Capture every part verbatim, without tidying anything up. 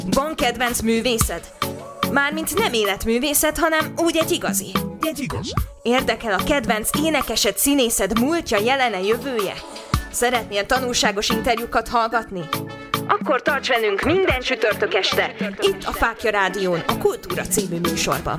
Van kedvenc művészed? Mármint nem életművészet, hanem úgy egy igazi. Egy igazi. Érdekel a kedvenc énekesed, színészed múltja, jelene, jövője? Szeretnél tanulságos interjúkat hallgatni? Akkor tarts velünk minden csütörtök este, itt a Fáklya Rádión, a Kultúra című műsorban.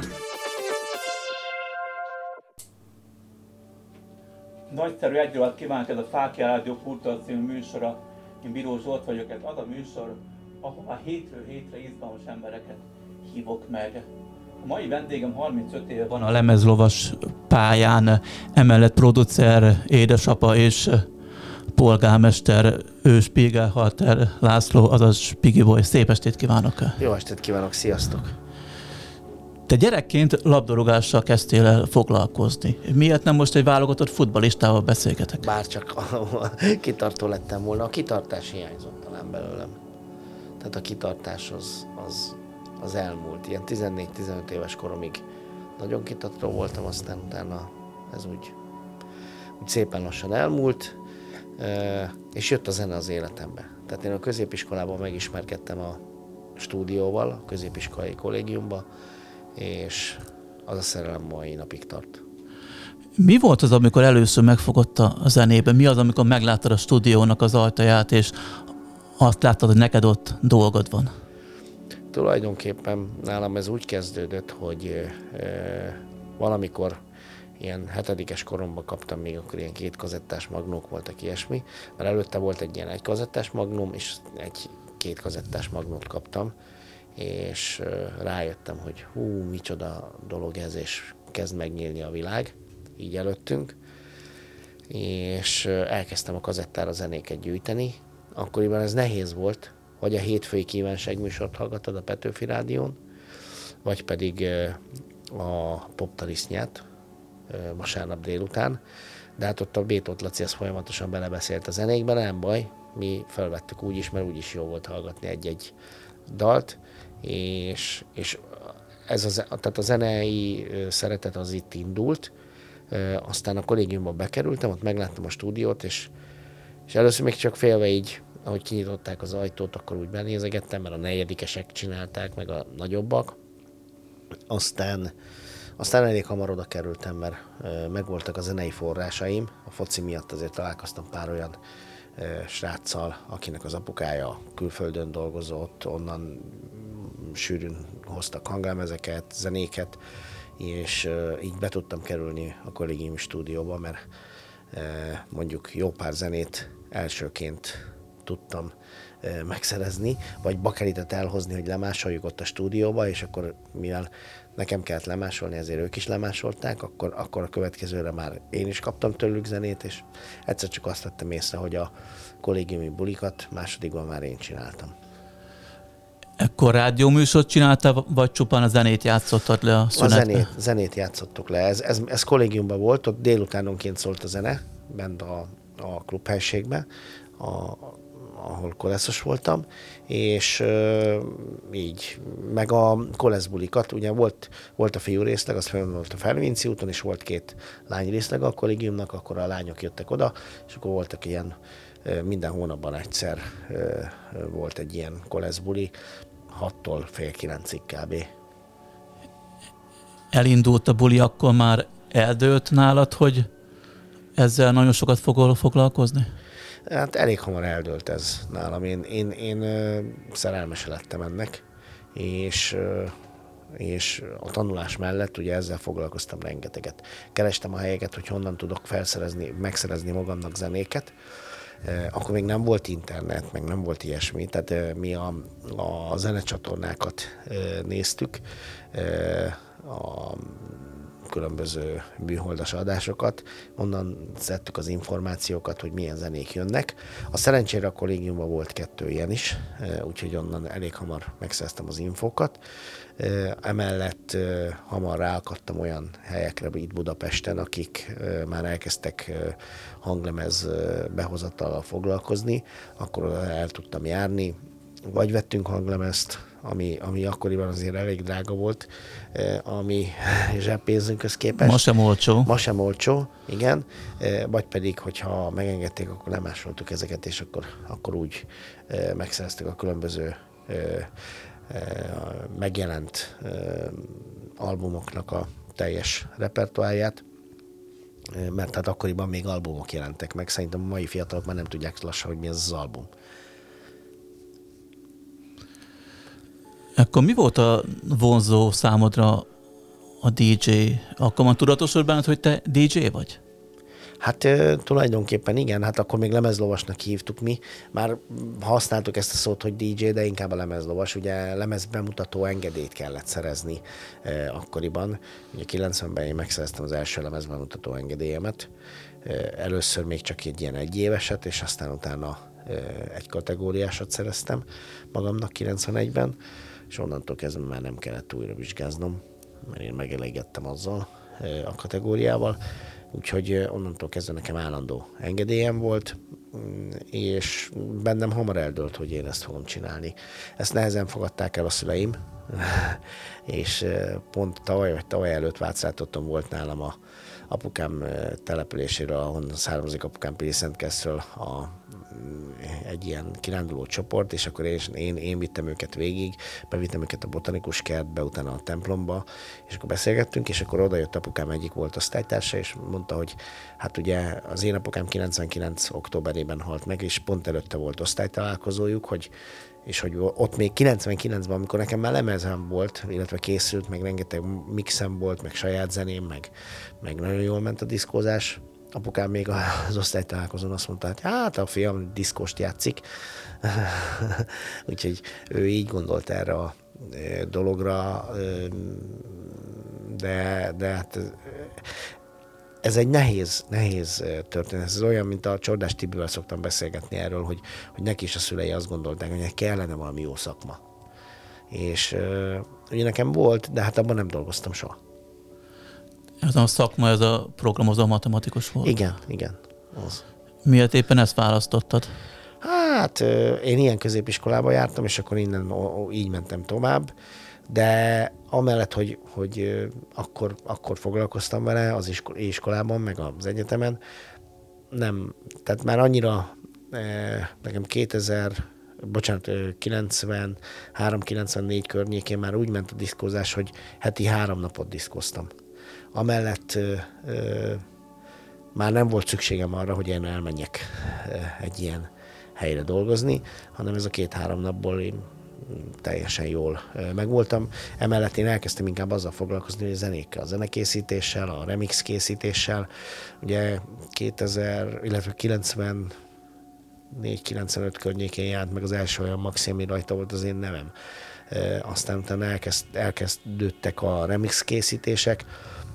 Nagyszerű együtt kívánok, ez a Fáklya Rádió Kultúra című műsora. Én Bíró Zsolt vagyok, ez az a műsor, ahova hétről hétre izgalmas embereket hívok meg. A mai vendégem harmincöt éve van a lemezlovas pályán, emellett producer, édesapa és polgármester, ő Spiegelhalter László, azaz Spigi Boy. Szép estét kívánok! Jó estét kívánok, sziasztok! Te gyerekként labdarúgással kezdtél el foglalkozni. Miért nem most egy válogatott futballistával beszélgetek? Bárcsak kitartó lettem volna. A kitartás hiányzott talán belőlem. Tehát a kitartás az, az, az elmúlt. Ilyen tizennégy-tizenöt éves koromig nagyon kitartó voltam, aztán utána ez úgy, úgy szépen lassan elmúlt, és jött a zene az életembe. Tehát én a középiskolában megismerkedtem a stúdióval, a középiskolai kollégiumban, és az a szerelem mai napig tart. Mi volt az, amikor először megfogott a zenében? Mi az, amikor megláttad a stúdiónak az ajtaját, és azt láttad, hogy neked ott dolgod van? Tulajdonképpen nálam ez úgy kezdődött, hogy e, valamikor ilyen hetedikes koromban kaptam, még akkor ilyen két kazettás magnók voltak, ilyesmi, mert előtte volt egy ilyen egy kazettás magnóm, és egy két kazettás magnót kaptam, és rájöttem, hogy hú, micsoda dolog ez, és kezd megnyílni a világ, így előttünk, és elkezdtem a kazettára zenéket gyűjteni. Akkoriban ez nehéz volt, vagy a hétfői kívánságműsort hallgattad a Petőfi Rádión, vagy pedig a Poptarisznyát vasárnap délután, de hát ott a Bétót Laci az folyamatosan belebeszélt a zenékbe, nem baj, mi felvettük úgy is, mert úgy is jó volt hallgatni egy-egy dalt, és, és ez a, tehát a zenei szeretet az itt indult, aztán a kollégiumba bekerültem, ott megláttam a stúdiót, és, és először még csak félve így, ahogy kinyitották az ajtót, akkor úgy benézegettem, mert a negyedikesek csinálták, meg a nagyobbak. Aztán, aztán elég hamar oda kerültem, mert megvoltak a zenei forrásaim. A foci miatt azért találkoztam pár olyan sráccal, akinek az apukája külföldön dolgozott, onnan sűrűn hoztak hanglemezeket, zenéket, és így be tudtam kerülni a kollégiumi stúdióba, mert mondjuk jó pár zenét elsőként tudtam megszerezni, vagy bakelitet elhozni, hogy lemásoljuk ott a stúdióba, és akkor mivel nekem kellett lemásolni, ezért ők is lemásolták, akkor, akkor a következőre már én is kaptam tőlük zenét, és egyszer csak azt vettem észre, hogy a kollégiumi bulikat másodikban már én csináltam. Ekkor rádióműsort csináltál, vagy csupán a zenét játszottad le a szünetbe? A zenét, zenét játszottuk le. Ez, ez, ez kollégiumban volt, ott délutánonként szólt a zene, bent a, a klubhelyiségben, a, ahol koleszos voltam, és uh, így, meg a koleszbulikat, ugye volt, volt a fiú részleg, az fel volt a Felvinci úton, és volt két lány részleg a kollégiumnak, akkor a lányok jöttek oda, és akkor voltak ilyen, uh, minden hónapban egyszer uh, volt egy ilyen koleszbuli, hattól fél kilencig kb. Elindult a buli, akkor már eldőlt nálad, hogy ezzel nagyon sokat fogol foglalkozni? Hát elég hamar eldőlt ez nálam. Én, én, én szerelmese lettem ennek, és, és a tanulás mellett ugye ezzel foglalkoztam rengeteget. Kerestem a helyeket, hogy honnan tudok felszerezni, megszerezni magamnak zenéket. Akkor még nem volt internet, meg nem volt ilyesmi, tehát mi a, a zenecsatornákat néztük, a különböző műholdas adásokat, onnan szedtük az információkat, hogy milyen zenék jönnek. A szerencsére a kollégiumban volt kettő ilyen is, úgyhogy onnan elég hamar megszereztem az infókat. Emellett hamar ráakadtam olyan helyekre itt Budapesten, akik már elkezdtek hanglemez behozatallal foglalkozni, akkor el tudtam járni, vagy vettünk hanglemezt, ami, ami akkoriban azért elég drága volt, ami zseppénzünkhöz képest. Ma sem olcsó. Ma sem olcsó, igen. Vagy pedig, hogyha megengedték, akkor lemásoltuk ezeket, és akkor, akkor úgy megszereztük a különböző megjelent albumoknak a teljes repertoárját, mert hát akkoriban még albumok jelentek meg. Szerintem a mai fiatalok már nem tudják lassan, hogy mi ez az album. Akkor mi volt a vonzó számodra a dé dzsé? Akkor már tudatosod benned, hogy te dé dzsé vagy? Hát tulajdonképpen igen, hát akkor még lemezlovasnak hívtuk mi. Már használtuk ezt a szót, hogy dé dzsé, de inkább a lemezlovas. Ugye lemezbemutató engedélyt kellett szerezni eh, akkoriban. Ugye kilencvenben én megszereztem az első lemezbemutató engedélyemet. Eh, először még csak egy ilyen egyéveset, és aztán utána eh, egy kategóriásat szereztem magamnak kilencvenegyben, és onnantól kezdve már nem kellett újra vizsgáznom, mert én megelégedtem azzal eh, a kategóriával. Úgyhogy onnantól kezdve nekem állandó engedélyem volt, és bennem hamar eldőlt, hogy én ezt fogom csinálni. Ezt nehezen fogadták el a szüleim, és pont tavaly vagy tavaly előtt Václátotton volt nálam a apukám településéről, ahonnan származik apukám Pilisentkertről a egy ilyen kiránduló csoport, és akkor én, én, én vittem őket végig, bevittem őket a botanikus kertbe, utána a templomba, és akkor beszélgettünk, és akkor oda jött apukám egyik volt osztálytársa, és mondta, hogy hát ugye az én apukám kilencvenkilenc októberében halt meg, és pont előtte volt osztálytalálkozójuk, hogy és hogy ott még kilencvenkilencben, amikor nekem már lemezem volt, illetve készült, meg rengeteg mixem volt, meg saját zeném, meg, meg nagyon jól ment a diszkózás. Apukám még az osztálytalálkozón azt mondta, hogy hát a fiam diszkóst játszik. Úgyhogy ő így gondolt erre a dologra, de, de hát ez egy nehéz, nehéz történet. Ez olyan, mint a Csordás Tibivel szoktam beszélgetni erről, hogy, hogy neki is a szülei azt gondolták, hogy kellene valami jó szakma. És ugye nekem volt, de hát abban nem dolgoztam soha. Ez a szakma, ez a programozó matematikus volt? Igen, igen. Az. Miért éppen ezt választottad? Hát én ilyen középiskolába jártam, és akkor innen így mentem tovább, de amellett, hogy, hogy akkor, akkor foglalkoztam vele az iskolában, meg az egyetemen, nem, tehát már annyira nekem kétezer, bocsánat, kilencvenhárom kilencvennégy környékén már úgy ment a diszkózás, hogy heti három napot diszkóztam. Amellett ö, ö, már nem volt szükségem arra, hogy én elmenjek ö, egy ilyen helyre dolgozni, hanem ez a két-három napból én teljesen jól ö, megvoltam. Emellett én elkezdtem inkább azzal foglalkozni, hogy a zenékkel, a zenekészítéssel, a remix készítéssel. Ugye kétezer, illetve kilencvennégy kilencvenöt környékén járt meg az első olyan maxi, ami rajta volt az én nevem. Ö, aztán utána elkezd, elkezdődtek a remix készítések.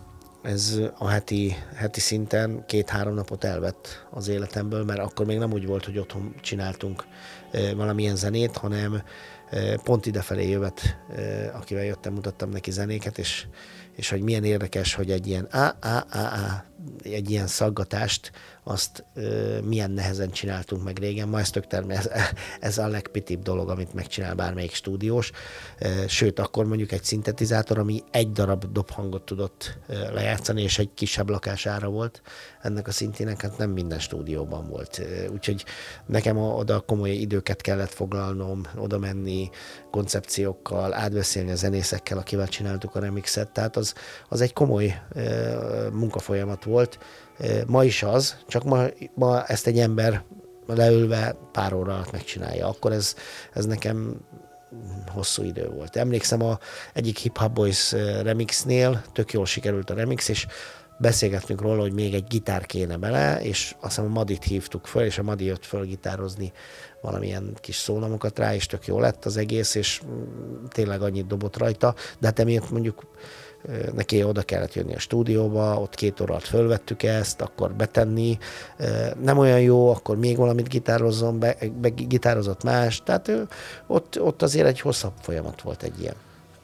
Ez a heti, heti szinten két-három napot elvett az életemből, mert akkor még nem úgy volt, hogy otthon csináltunk e, valamilyen zenét, hanem e, pont idefelé jövet, e, akivel jöttem, mutattam neki zenéket, és, és hogy milyen érdekes, hogy egy ilyen á, á, á, á, egy ilyen szaggatást, azt e, milyen nehezen csináltunk meg régen. Ma ez tök természetesen, ez, ez a legpitibb dolog, amit megcsinál bármelyik stúdiós. E, sőt, akkor mondjuk egy szintetizátor, ami egy darab dobhangot tudott e, lejátszani, és egy kisebb lakására volt ennek a szintének, hát nem minden stúdióban volt. E, úgyhogy nekem oda komoly időket kellett foglalnom, oda menni koncepciókkal, átbeszélni a zenészekkel, akivel csináltuk a remixet, tehát az, az egy komoly e, munkafolyamat volt. Ma is az, csak ma, ma ezt egy ember leülve pár óra alatt megcsinálja. Akkor ez, ez nekem hosszú idő volt. Emlékszem, a egyik Hip Hop Boys remixnél tök jól sikerült a remix, és beszélgettünk róla, hogy még egy gitár kéne bele, és azt hiszem a Madit hívtuk föl, és a Madi jött föl gitározni valamilyen kis szólamokat rá, és tök jó lett az egész, és tényleg annyit dobott rajta, de hát emiatt mondjuk neki oda kellett jönni a stúdióba, ott két óra alatt fölvettük ezt, akkor betenni, nem olyan jó, akkor még valamit gitározzon, be, be gitározott más, tehát ott, ott azért egy hosszabb folyamat volt egy ilyen.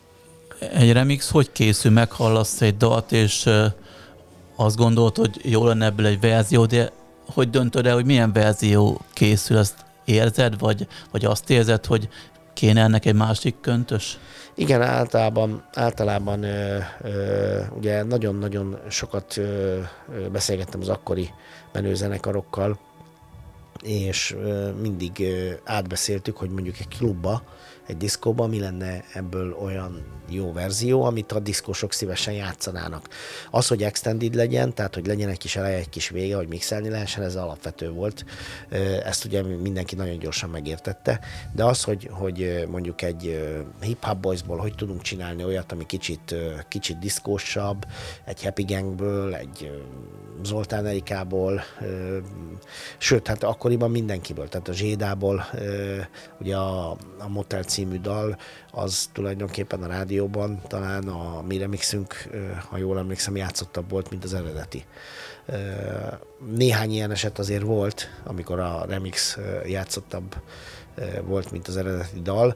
Egy remix hogy készül, meghallasz egy dalt, és azt gondolod, hogy jó lenne ebből egy verzió, de hogy döntöd el, hogy milyen verzió készül, ezt érzed, vagy, vagy azt érzed, hogy kéne ennek egy másik köntös? Igen, általában, általában ö, ö, ugye nagyon-nagyon sokat ö, ö, beszélgettem az akkori menőzenekarokkal, és ö, mindig ö, átbeszéltük, hogy mondjuk egy klubba egy diszkóban, mi lenne ebből olyan jó verzió, amit a diszkósok szívesen játszanának. Az, hogy extended legyen, tehát hogy legyen egy kis eleje, egy kis vége, hogy mixelni lehessen, ez alapvető volt. Ezt ugye mindenki nagyon gyorsan megértette, de az, hogy, hogy mondjuk egy hip-hop boysból hogy tudunk csinálni olyat, ami kicsit, kicsit diszkósabb, egy Happy Gangből, egy Zoltán Erikából, sőt, hát akkoriban mindenkiből, tehát a Zsédából, ugye a, a Motel című dal, az tulajdonképpen a rádióban talán a mi remixünk, ha jól emlékszem, játszottabb volt, mint az eredeti. Néhány ilyen eset azért volt, amikor a remix játszottabb volt, mint az eredeti dal,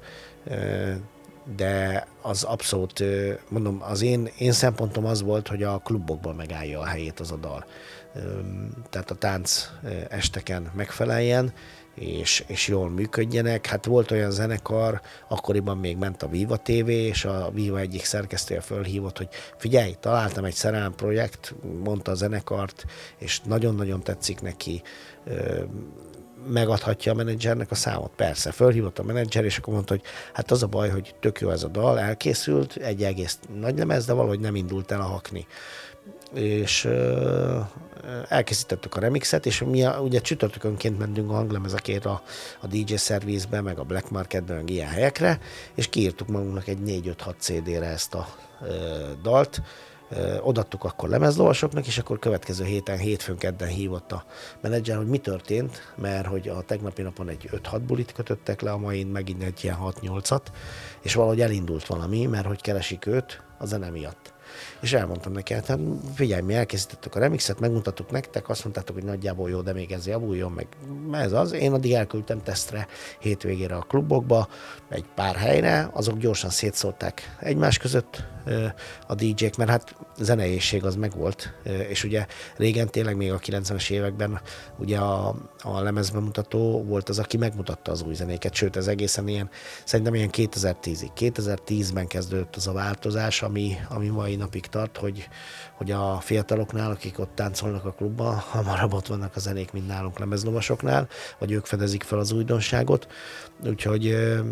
de az abszolút, mondom, az én, én szempontom az volt, hogy a klubokban megállja a helyét az a dal. Tehát a tánc esteken megfeleljen, és, és jól működjenek. Hát volt olyan zenekar, akkoriban még ment a Viva té vé, és a Viva egyik szerkesztője fölhívott, hogy figyelj, találtam egy szerelem projekt, mondta a zenekart, és nagyon-nagyon tetszik neki, megadhatja a menedzsernek a számot. Persze, fölhívott a menedzser, és akkor mondta, hogy hát az a baj, hogy tök jó ez a dal, elkészült, egy egész nagy lemez, de valahogy nem indult el a hakni. És uh, elkészítettük a remixet, és mi a, ugye csütörtökönként mentünk a hanglemezekért a, a dé jé szervizbe, meg a Black Marketbe, meg ilyen helyekre, és kiírtuk magunknak egy négy öt hat cé dére ezt a uh, dalt, odaadtuk akkor lemezlovasoknak, és akkor következő héten, hétfőn, kedden hívott a menedzser, hogy mi történt, mert hogy a tegnapi napon egy öt hat bulit kötöttek le, a mai megint egy ilyen hat nyolcat, és valahogy elindult valami, mert hogy keresik őt a zene miatt. És elmondtam neki, hát figyelj, mi elkészítettük a remixet, megmutattuk nektek, azt mondtátok, hogy nagyjából jó, de még ez javuljon, meg ez az. Én addig elküldtem tesztre hétvégére a klubokba, egy pár helyre, azok gyorsan szétszórták egymás között a dé jék, mert hát zeneészség az megvolt, és ugye régen tényleg még a kilencvenes években ugye a, a lemezbemutató volt az, aki megmutatta az új zenéket, sőt ez egészen ilyen, szerintem ilyen kétezer-tízig. kétezer-tízben kezdődött az a változás, ami, ami mai napig tart, hogy, hogy a fiataloknál, akik ott táncolnak a klubban, hamarabb ott vannak a zenék, mint nálunk lemezlovasoknál, vagy ők fedezik fel az újdonságot, úgyhogy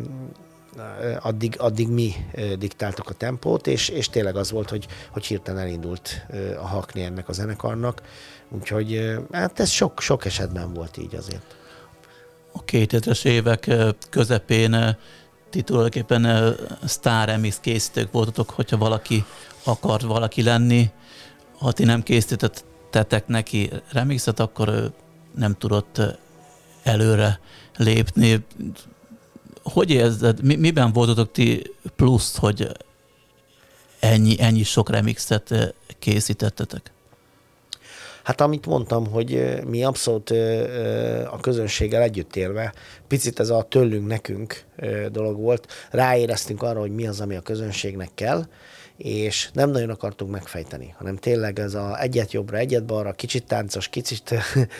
addig, addig mi diktáltuk a tempót, és, és tényleg az volt, hogy, hogy hirtelen elindult a hakni ennek a zenekarnak, úgyhogy hát ez sok, sok esetben volt így azért. A kétezres évek közepén ti tulajdonképpen sztár remix készítők voltatok, hogyha valaki akart valaki lenni, ha ti nem készítettetek neki remixet, akkor ő nem tudott előre lépni. Hogy érzed, mi, miben voltatok ti plusz, hogy ennyi, ennyi sok remixet készítettetek? Hát amit mondtam, hogy mi abszolút a közönséggel együtt élve, picit ez a tőlünk nekünk dolog volt, ráéreztünk arra, hogy mi az, ami a közönségnek kell, és nem nagyon akartunk megfejteni, hanem tényleg ez a egyet jobbra, egyet balra, kicsit táncos, kicsit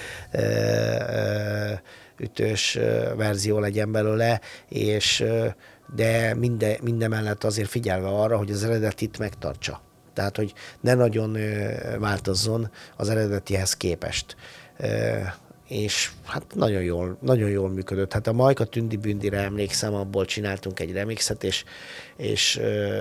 ütős verzió legyen belőle, és de minden, minden mellett azért figyelve arra, hogy az eredetit megtartsa. Tehát, hogy ne nagyon változzon az eredetihez képest. És hát nagyon jól, nagyon jól működött. Hát a Majka Tündi Bündire emlékszem, abból csináltunk egy remixet, és, és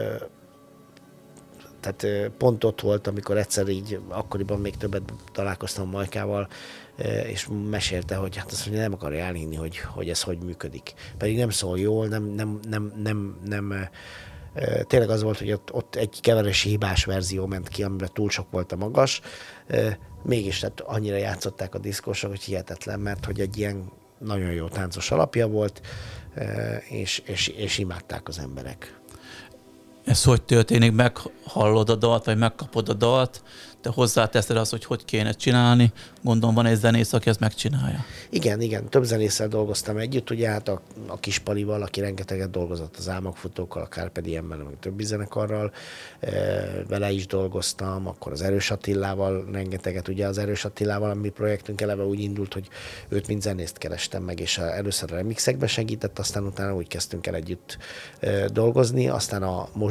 tehát pont ott volt, amikor egyszer így, akkoriban még többet találkoztam Majkával, és mesélte, hogy hát azt mondja, nem akarja elhinni, hogy, hogy ez hogy működik. Pedig nem szól jól, nem, nem, nem, nem, nem tényleg az volt, hogy ott, ott egy keverési hibás verzió ment ki, amiben túl sok volt a magas, mégis tehát annyira játszották a diszkósok, hogy hihetetlen, mert hogy egy ilyen nagyon jó táncos alapja volt, és, és, és imádták az emberek. Ez hogy történik? Meghallod a dalt, vagy megkapod a dalt, te hozzáteszed azt, hogy hogy kéne csinálni, gondolom van egy zenész, aki ezt megcsinálja. Igen, igen, több zenésszel dolgoztam együtt, ugye hát a, a Kispalival, aki rengeteget dolgozott az Álmokfutókkal, a Carpe Diemmel, meg többi zenekarral, e, vele is dolgoztam, akkor az Erős Attilával rengeteget, ugye az Erős Attilával, a mi projektünk eleve úgy indult, hogy őt mint zenészt kerestem meg, és először a remixekben segített, aztán utána úgy kezdtünk el együtt e, dolgozni, aztán a most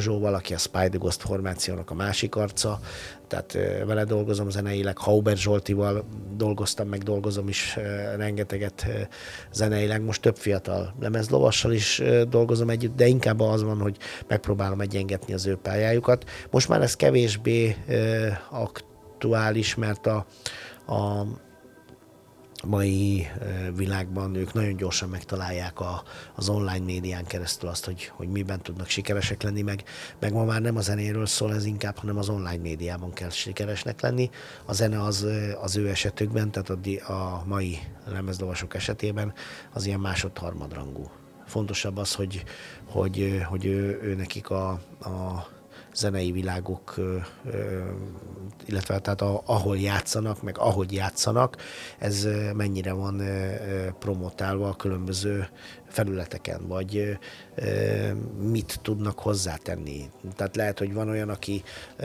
Dózsóval, aki a Spy the Ghost formációnak a másik arca, tehát vele dolgozom zeneileg, Hauber Zsoltival dolgoztam, meg dolgozom is rengeteget zeneileg, most több fiatal lemezlovassal is dolgozom együtt, de inkább az van, hogy megpróbálom egyengetni az ő pályájukat. Most már ez kevésbé aktuális, mert a, a mai világban ők nagyon gyorsan megtalálják a, az online médián keresztül azt, hogy, hogy miben tudnak sikeresek lenni, meg, meg ma már nem a zenéről szól ez inkább, hanem az online médiában kell sikeresnek lenni. A zene az, az ő esetükben, tehát a, a mai lemezlovasok esetében az ilyen másod-harmadrangú. Fontosabb az, hogy, hogy, hogy ő, ő nekik a, a zenei világok, illetve tehát a, ahol játszanak, meg ahogy játszanak, ez mennyire van promotálva a különböző felületeken, vagy mit tudnak hozzátenni. Tehát lehet, hogy van olyan, aki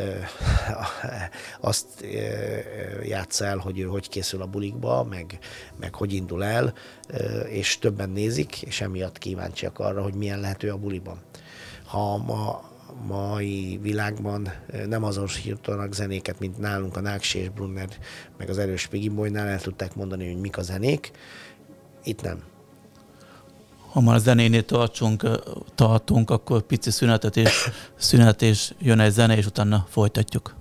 azt játsza el, hogy ő hogy készül a bulikba, meg, meg hogy indul el, és többen nézik, és emiatt kíváncsiak arra, hogy milyen lehet ő a buliban. Ha ma mai világban nem azonosítanak zenéket, mint nálunk a Náksi és Brunner, meg az Erős Piggy Boynál el tudták mondani, hogy mik a zenék. Itt nem. Ha már a zenénél tartsunk, tartunk, akkor pici szünetet és szünet, és jön egy zene, és utána folytatjuk.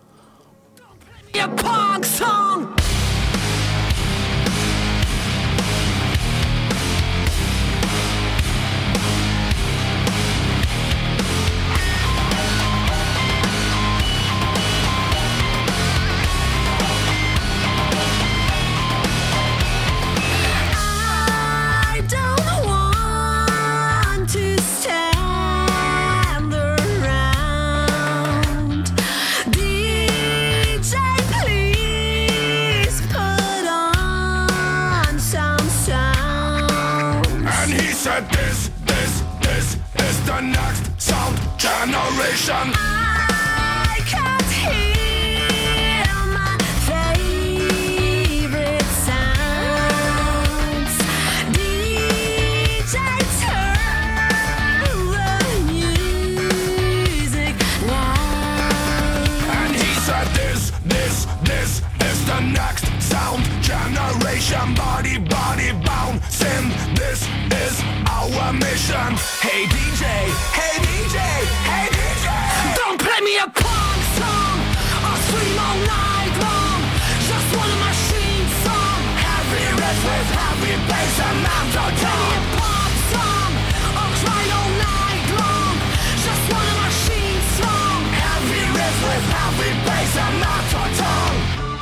Generation. I can't hear my favorite sounds. D J, turn the music loud. And he said this, this, this is the next sound generation. Body, body bouncing. This is our mission. Hey D J, hey D J, hey D J. Don't play me a punk song. I'll scream all night long. Just want a machine song. Heavy riff with heavy bass and mental tone. Play me a pop song. I'll cry all night long. Just want a machine song. Heavy riff with heavy bass and mental tone.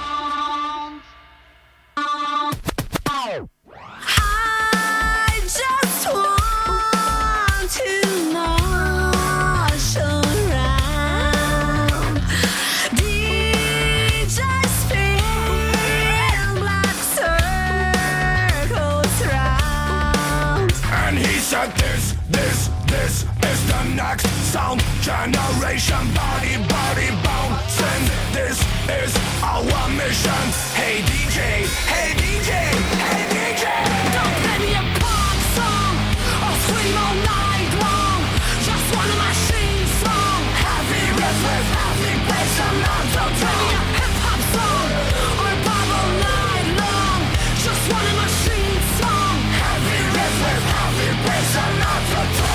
This, this, this is the next sound generation. Body, body bouncing. This is our mission. Hey D J, hey D J, hey D J. Don't play me a pop song. I'll scream all night long. Just want a machine song. Heavy riff with heavy bass and mental tone. Play me a hip hop song or pop all night long. Just want a machine song. Heavy riff with heavy bass and mental tone.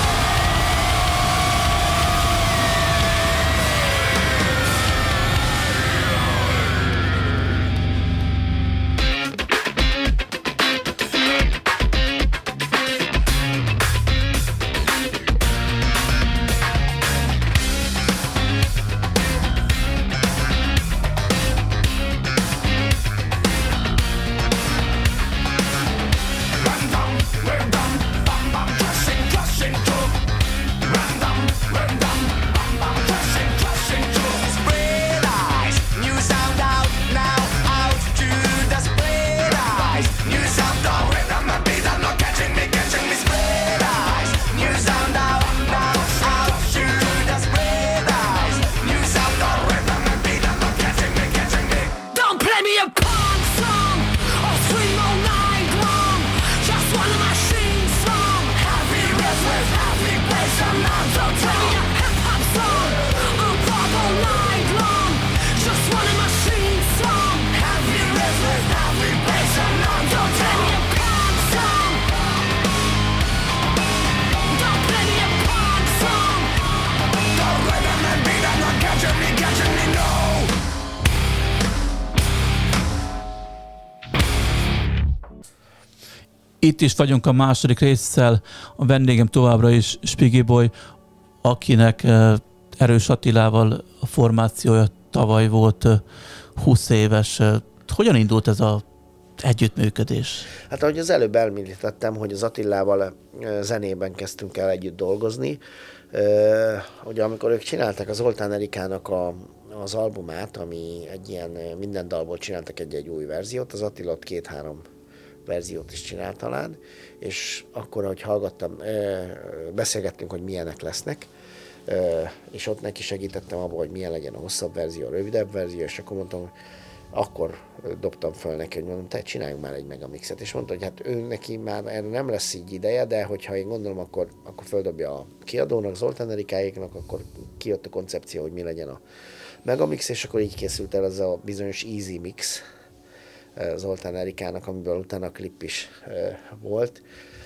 Itt is vagyunk a második résszel, a vendégem továbbra is Spiggy Boy, akinek Erős Attilával a formációja tavaly volt húsz éves. Hogyan indult ez az együttműködés? Hát ahogy az előbb elmondtam, hogy az Attilával zenében kezdtünk el együtt dolgozni. Ugye amikor ők csinálták az Zoltán Erikának a, az albumát, ami egy ilyen minden dalból csináltak egy-egy új verziót, az Attila ott két-három verziót is csinált talán, és akkor, ahogy hallgattam, beszélgettünk, hogy milyenek lesznek, és ott neki segítettem abban, hogy milyen legyen a hosszabb verzió, a rövidebb verzió, és akkor mondtam, akkor dobtam föl neki, hogy mondom, te csináljunk már egy megamixet, és mondta, hogy hát ő neki már erre nem lesz így ideje, de hogyha én gondolom, akkor, akkor földobja a kiadónak, Zoltán Erikáéknak, akkor kijött a koncepció, hogy mi legyen a megamix, és akkor így készült el ez a bizonyos Easy Mix Zoltán Erikának, amiből utána a klip is volt,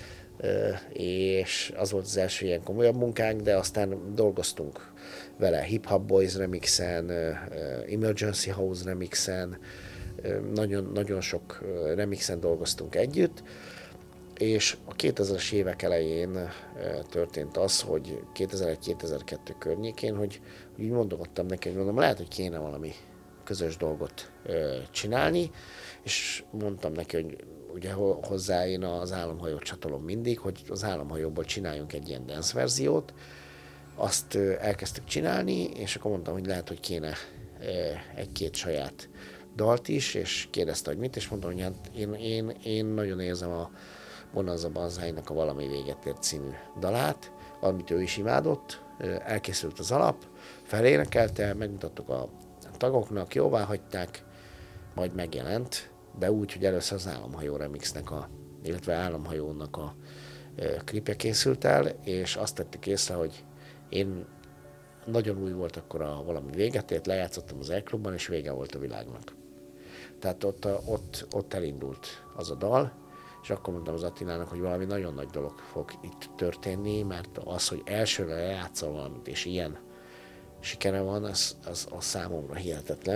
és az volt az első ilyen komolyabb munkánk, de aztán dolgoztunk vele Hip Hop Boys remixen, Emergency House remixen, nagyon, nagyon sok remixen dolgoztunk együtt, és a kétezres évek elején történt az, hogy kétezer-egy kétezer-kettő környékén, hogy úgy mondogattam neki, hogy mondom, lehet, hogy kéne valami közös dolgot csinálni, és mondtam neki, hogy ugye hozzá én az Álomhajót csatolom mindig, hogy az Álomhajóból csináljunk egy ilyen dance verziót. Azt elkezdtük csinálni, és akkor mondtam, hogy lehet, hogy kéne egy-két saját dalt is, és kérdezte, hogy mit, és mondtam, hogy hát én, én, én nagyon érzem a Bonanza Banzáinak a Valami véget ért című dalát, amit ő is imádott, elkészült az alap, felénekelte, megmutattuk a tagoknak, jóvá hagyták, majd megjelent, de úgy, hogy először az Álomhajó remixnek, a, illetve Álomhajónak a e, klipje készült el, és azt tettük észre, hogy én nagyon új volt akkor a Valami véget ért, lejátszottam az E-klubban, és vége volt a világnak. Tehát ott, a, ott, ott elindult az a dal, és akkor mondtam az Attilának, hogy valami nagyon nagy dolog fog itt történni, mert az, hogy elsőre lejátszol valamit, és ilyen sikere van, az, az, az számomra hihetetlen.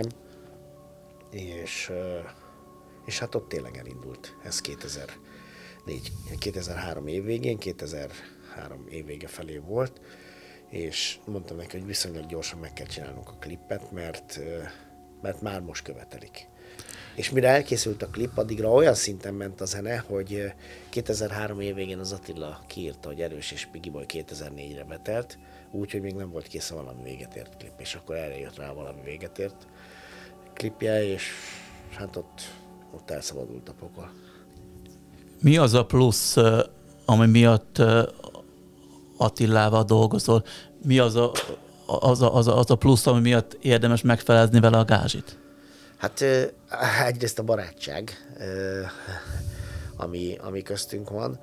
És, és hát ott tényleg elindult. Ez kétezer-négy, kétezer-három év végén, kétezer-három év vége felé volt, és mondtam neki, hogy viszonylag gyorsan meg kell csinálnunk a klippet, mert, mert már most követelik. És mire elkészült a klip, addigra olyan szinten ment a zene, hogy kétezer-három év végén az Attila kiírta, hogy Erős és Spiggy Boy kétezer-négyre betelt, úgyhogy még nem volt kész a Valami véget ért klip, és akkor erre jött rá a Valami véget ért klipje, és hát ott, ott elszabadult a pokol. Mi az a plusz, ami miatt Attilával dolgozol? Mi az a, az, a, az, a, az a plusz, ami miatt érdemes megfelezni vele a gázsit? Hát egyrészt a barátság, ami, ami köztünk van.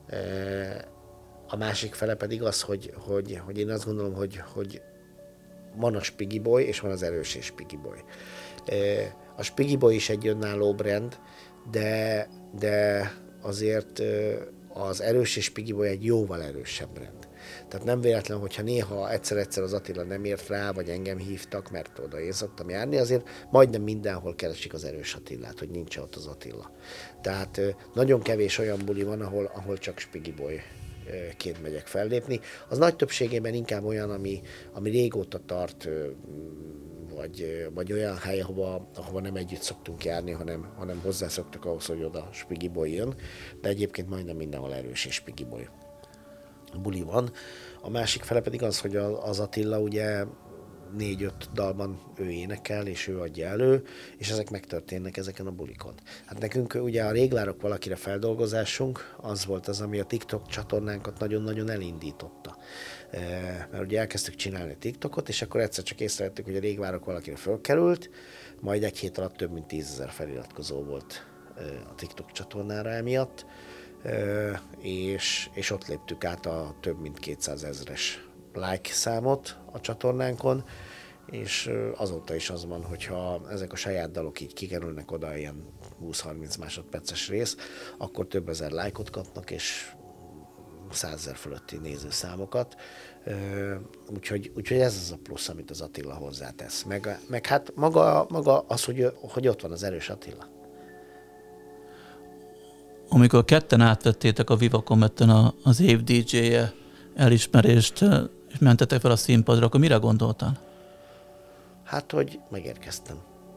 A másik fele pedig az, hogy, hogy, hogy én azt gondolom, hogy, hogy van a Spiggy Boy, és van az Erős és Spiggy Boy. A Spiggy Boy is egy önálló brand, de, de azért az Erős és Spiggy Boy egy jóval erősebb brand. Tehát nem véletlen, hogyha néha egyszer-egyszer az Attila nem ért rá, vagy engem hívtak, mert oda én szoktam járni, azért majdnem mindenhol keresik az Erős Attilát, hogy nincs ott az Attila. Tehát nagyon kevés olyan buli van, ahol, ahol csak Spiggy Boy ként megyek fellépni. Az nagy többségében inkább olyan, ami, ami régóta tart, vagy, vagy olyan hely, ahova, ahova nem együtt szoktunk járni, hanem, hanem hozzászoktak ahhoz, hogy oda Spiggy Boy jön, de egyébként majdnem mindenhol Erős és Spiggy Boy buli van. A másik fele pedig az, hogy az Attila ugye négy-öt dalban ő énekel, és ő adja elő, és ezek megtörténnek ezeken a bulikon. Hát nekünk ugye a Réglárok valakire feldolgozásunk, az volt az, ami a TikTok csatornánkat nagyon-nagyon elindította. Mert ugye elkezdtük csinálni a TikTokot, és akkor egyszer csak észrevettük, hogy a Réglárok valakire fölkerült, majd egy hét alatt több mint tízezer feliratkozó volt a TikTok csatornára emiatt, és, és ott léptük át a több mint kétszázezres like számot a csatornánkon, és azóta is az van, hogyha ezek a saját dalok így kikerülnek oda, ilyen húsz-harminc másodperces rész, akkor több ezer lájkot kapnak, és százezer fölötti nézőszámokat. Úgyhogy, úgyhogy ez az a plusz, amit az Attila hozzátesz. Meg, meg hát maga, maga az, hogy, hogy ott van az Erős Attila. Amikor ketten átvettétek a Viva Cometen az év dé dzséje elismerést, és mentetek fel a színpadra, akkor mire gondoltál? Hát, hogy megérkeztem.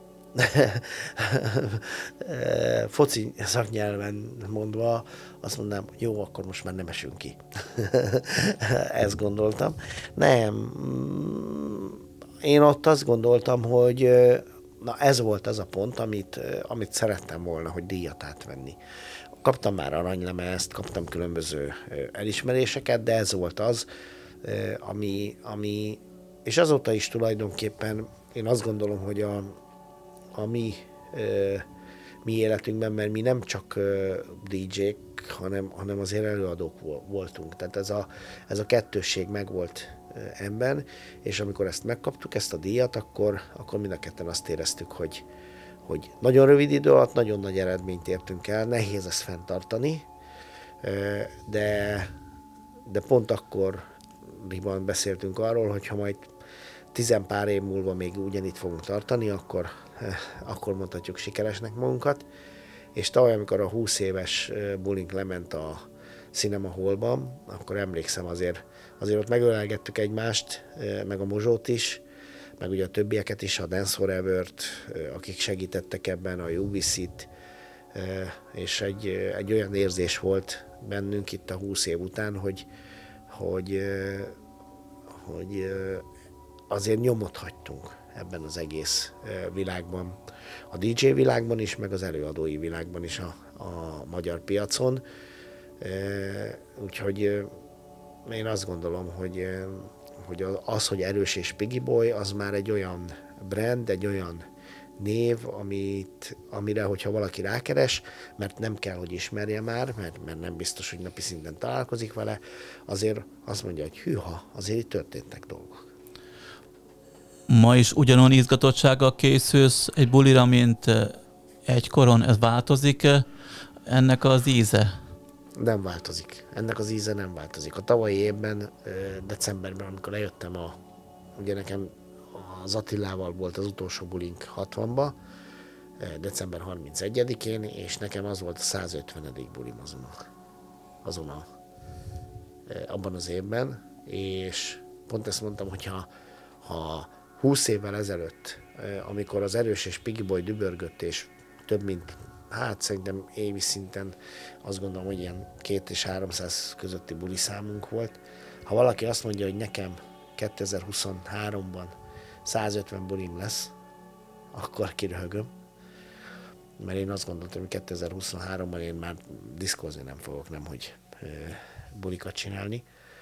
Foci szaknyelven mondva azt mondanám, hogy jó, akkor most már nem esünk ki. Ezt gondoltam. Nem. Én ott azt gondoltam, hogy na ez volt az a pont, amit, amit szerettem volna, hogy díjat átvenni. Kaptam már aranylemezt, kaptam különböző elismeréseket, de ez volt az, ami, ami és azóta is tulajdonképpen én azt gondolom, hogy a, a mi, mi életünkben, mert mi nem csak dé dzsék, hanem, hanem azért előadók voltunk. Tehát ez a, ez a kettősség megvolt ebben, és amikor ezt megkaptuk, ezt a díjat, akkor, akkor mind a ketten azt éreztük, hogy, hogy nagyon rövid idő alatt nagyon nagy eredményt értünk el, nehéz ezt fenntartani, de, de pont akkor beszéltünk arról, hogy ha majd tizenpár év múlva még ugyanitt fogunk tartani, akkor, akkor mondhatjuk sikeresnek magunkat. És tavaly, amikor a húsz éves bulink lement a Cinema Hallban, akkor emlékszem azért, azért ott megölelgettük egymást, meg a Mozsót is, meg ugye a többieket is, a Dance Forever-t, akik segítettek ebben, a u bé cé-t, és egy, egy olyan érzés volt bennünk itt a húsz év után, hogy, hogy, hogy azért nyomot hagytunk ebben az egész világban, a dé dzsé világban is, meg az előadói világban is a, a magyar piacon. Úgyhogy én azt gondolom, hogy, hogy az, hogy Erős és Piggy Boy, az már egy olyan brand, egy olyan név, amit, amire, hogyha valaki rákeres, mert nem kell, hogy ismerje már, mert, mert nem biztos, hogy napi szinten találkozik vele, azért azt mondja, hogy hűha, azért itt történtek dolgok. Ma is ugyanolyan izgatottsággal készülsz egy bulira, mint egykoron, ez változik ennek az íze? Nem változik. Ennek az íze nem változik. A tavalyi évben, decemberben, amikor lejöttem, a, ugye nekem az Attilával volt az utolsó bulink hatvanba, december harmincegyedikén, és nekem az volt a százötvenedik bulim azon a, azon a, abban az évben, és pont ezt mondtam, hogyha ha húsz évvel ezelőtt, amikor az Erős és Piggy Boy dübörgött, és több mint, hát szerintem évi szinten azt gondolom, hogy ilyen két és háromszáz közötti buli számunk volt. Ha valaki azt mondja, hogy nekem kétezer-huszonháromban százötven bulim lesz, akkor kiröhögöm. Mert én azt gondoltam, hogy kétezer-huszonháromban én már diszkózni nem fogok, nem hogy bulikat csinálni.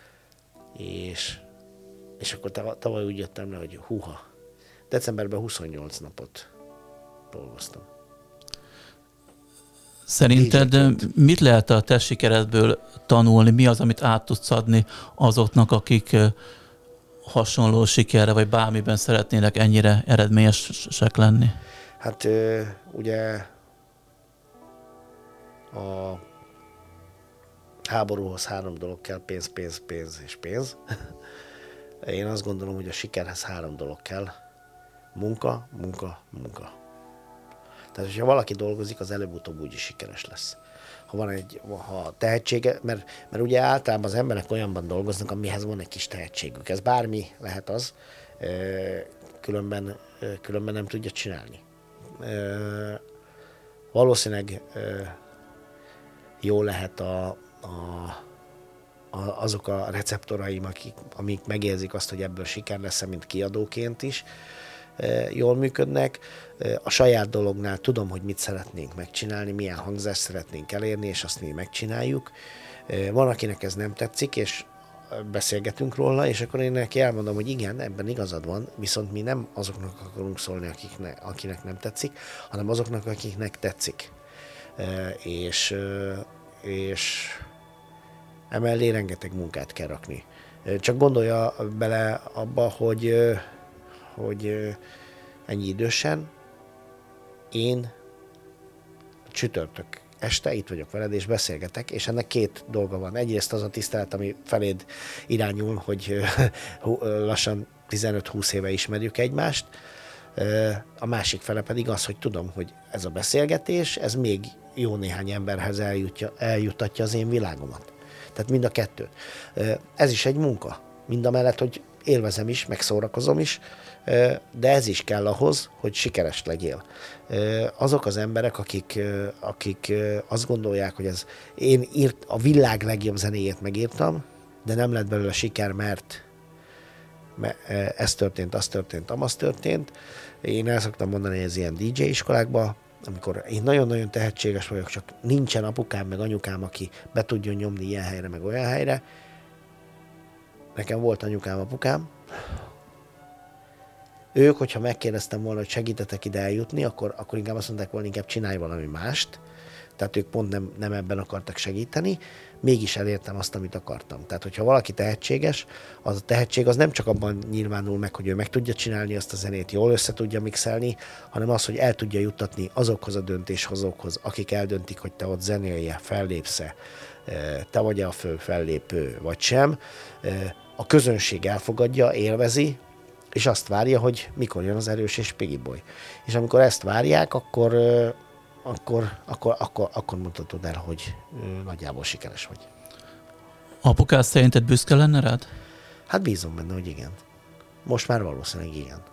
És És akkor tavaly úgy jöttem le, hogy húha, decemberben huszonnyolc napot dolgoztam. Szerinted mit lehet a te sikeredből tanulni? Mi az, amit át tudsz adni azoknak, akik hasonló sikerre, vagy bármiben szeretnének ennyire eredményesek lenni? Hát ugye a háborúhoz három dolog kell, pénz, pénz, pénz és pénz. Én azt gondolom, hogy a sikerhez három dolog kell. Munka, munka, munka. Tehát, hogyha valaki dolgozik, az előbb-utóbb úgyis sikeres lesz. Ha van egy ha tehetsége, mert, mert ugye általában az emberek olyanban dolgoznak, amihez van egy kis tehetségük. Ez bármi lehet az, különben, különben nem tudja csinálni. Valószínűleg jó lehet a, a azok a receptoraim, akik, amik megérzik azt, hogy ebből siker lesz, mint kiadóként is, jól működnek. A saját dolognál tudom, hogy mit szeretnénk megcsinálni, milyen hangzást szeretnénk elérni, és azt mi megcsináljuk. Van, akinek ez nem tetszik, és beszélgetünk róla, és akkor én neki elmondom, hogy igen, ebben igazad van, viszont mi nem azoknak akarunk szólni, akiknek, akinek nem tetszik, hanem azoknak, akiknek tetszik. És, és emellé rengeteg munkát kell rakni. Csak gondolja bele abba, hogy, hogy ennyi idősen én csütörtök este itt vagyok veled, és beszélgetek, és ennek két dolga van. Egyrészt az a tisztelet, ami feléd irányul, hogy lassan tizenöt-húsz éve ismerjük egymást, A másik fele pedig az, hogy tudom, hogy ez a beszélgetés, ez még jó néhány emberhez eljutja, eljutatja az én világomat. Tehát mind a kettő. Ez is egy munka. Mind a mellett, hogy élvezem is, meg szórakozom is, de ez is kell ahhoz, hogy sikeres legyél. Azok az emberek, akik, akik azt gondolják, hogy ez, én írt, a világ legjobb zenéjét megírtam, de nem lett belőle siker, mert, mert ez történt, az történt, amaz történt. Én el szoktam mondani, hogy ez ilyen dé dzsé iskolákban, amikor én nagyon-nagyon tehetséges vagyok, csak nincsen apukám meg anyukám, aki be tudjon nyomni ilyen helyre, meg olyan helyre. Nekem volt anyukám, apukám. Ők, hogyha megkérdeztem volna, hogy segítetek ide eljutni, akkor, akkor inkább azt mondták volna, inkább csinálj valami mást. Tehát ők pont nem, nem ebben akartak segíteni, mégis elértem azt, amit akartam. Tehát, hogyha valaki tehetséges, az a tehetség az nem csak abban nyilvánul meg, hogy ő meg tudja csinálni azt a zenét, jól össze tudja mixelni, hanem az, hogy el tudja juttatni azokhoz a döntéshozókhoz, akik eldöntik, hogy te ott zenélje, fellépsz-e, te vagy a fő fellépő, vagy sem. A közönség elfogadja, élvezi, és azt várja, hogy mikor jön az Erős és Piggy Boy. És amikor ezt várják, akkor, akkor, akkor, akkor, akkor mondhatod el, hogy nagyjából sikeres vagy. Apukád szerinted büszke lenne rád? Hát bízom benne, hogy igen. Most már valószínűleg igen.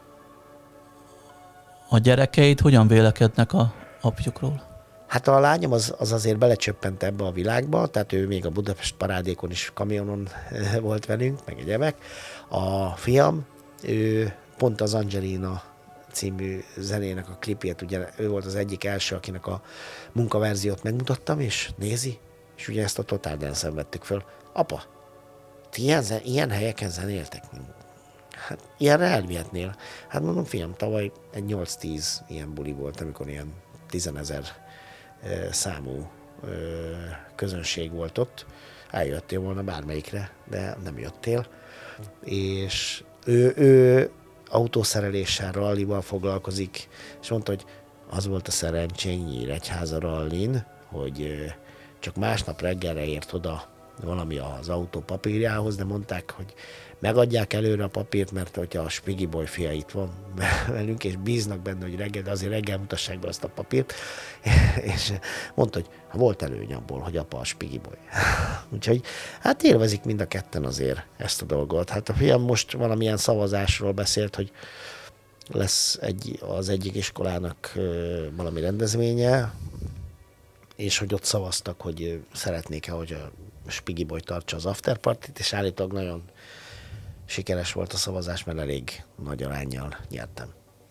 A gyerekeid hogyan vélekednek a apjukról? Hát a lányom az, az azért belecsöppent ebbe a világba, tehát ő még a Budapest parádékon is kamionon volt velünk, meg egyebek. A fiam, ő pont az Angelina című zenének a klipjét, ugye ő volt az egyik első, akinek a munkaverziót megmutattam, és nézi, és ugye ezt a Total Dance-en vettük föl. Apa, ti ilyen, ilyen helyeken zenéltek? Hát ilyenre elvihetnél. Hát mondom, fiam, tavaly egy nyolc-tíz ilyen buli volt, amikor ilyen tizenezer számú közönség volt ott. Eljöttél volna bármelyikre, de nem jöttél. És ő, ő autószereléssel, rallival foglalkozik, és mondta, hogy az volt a szerencsény Nyíregyháza rallin, hogy csak másnap reggelre ért oda valami az autó papírjához, de mondták, hogy megadják előre a papírt, mert hogyha a Piggy Boy fia itt van velünk, és bíznak benne, hogy reggel, de azért reggel mutassák be azt a papírt, és mondta, hogy volt előny abból, hogy apa a Piggy Boy. Úgyhogy hát élvezik mind a ketten azért ezt a dolgot. Hát a fiam most valamilyen szavazásról beszélt, hogy lesz egy, az egyik iskolának valami rendezvénye, és hogy ott szavaztak, hogy szeretnék-e, hogy a Piggy Boy tartsa az afterpartit, és állítólag nagyon sikeres volt a szavazás, mert elég nagy aránnyal nyertem.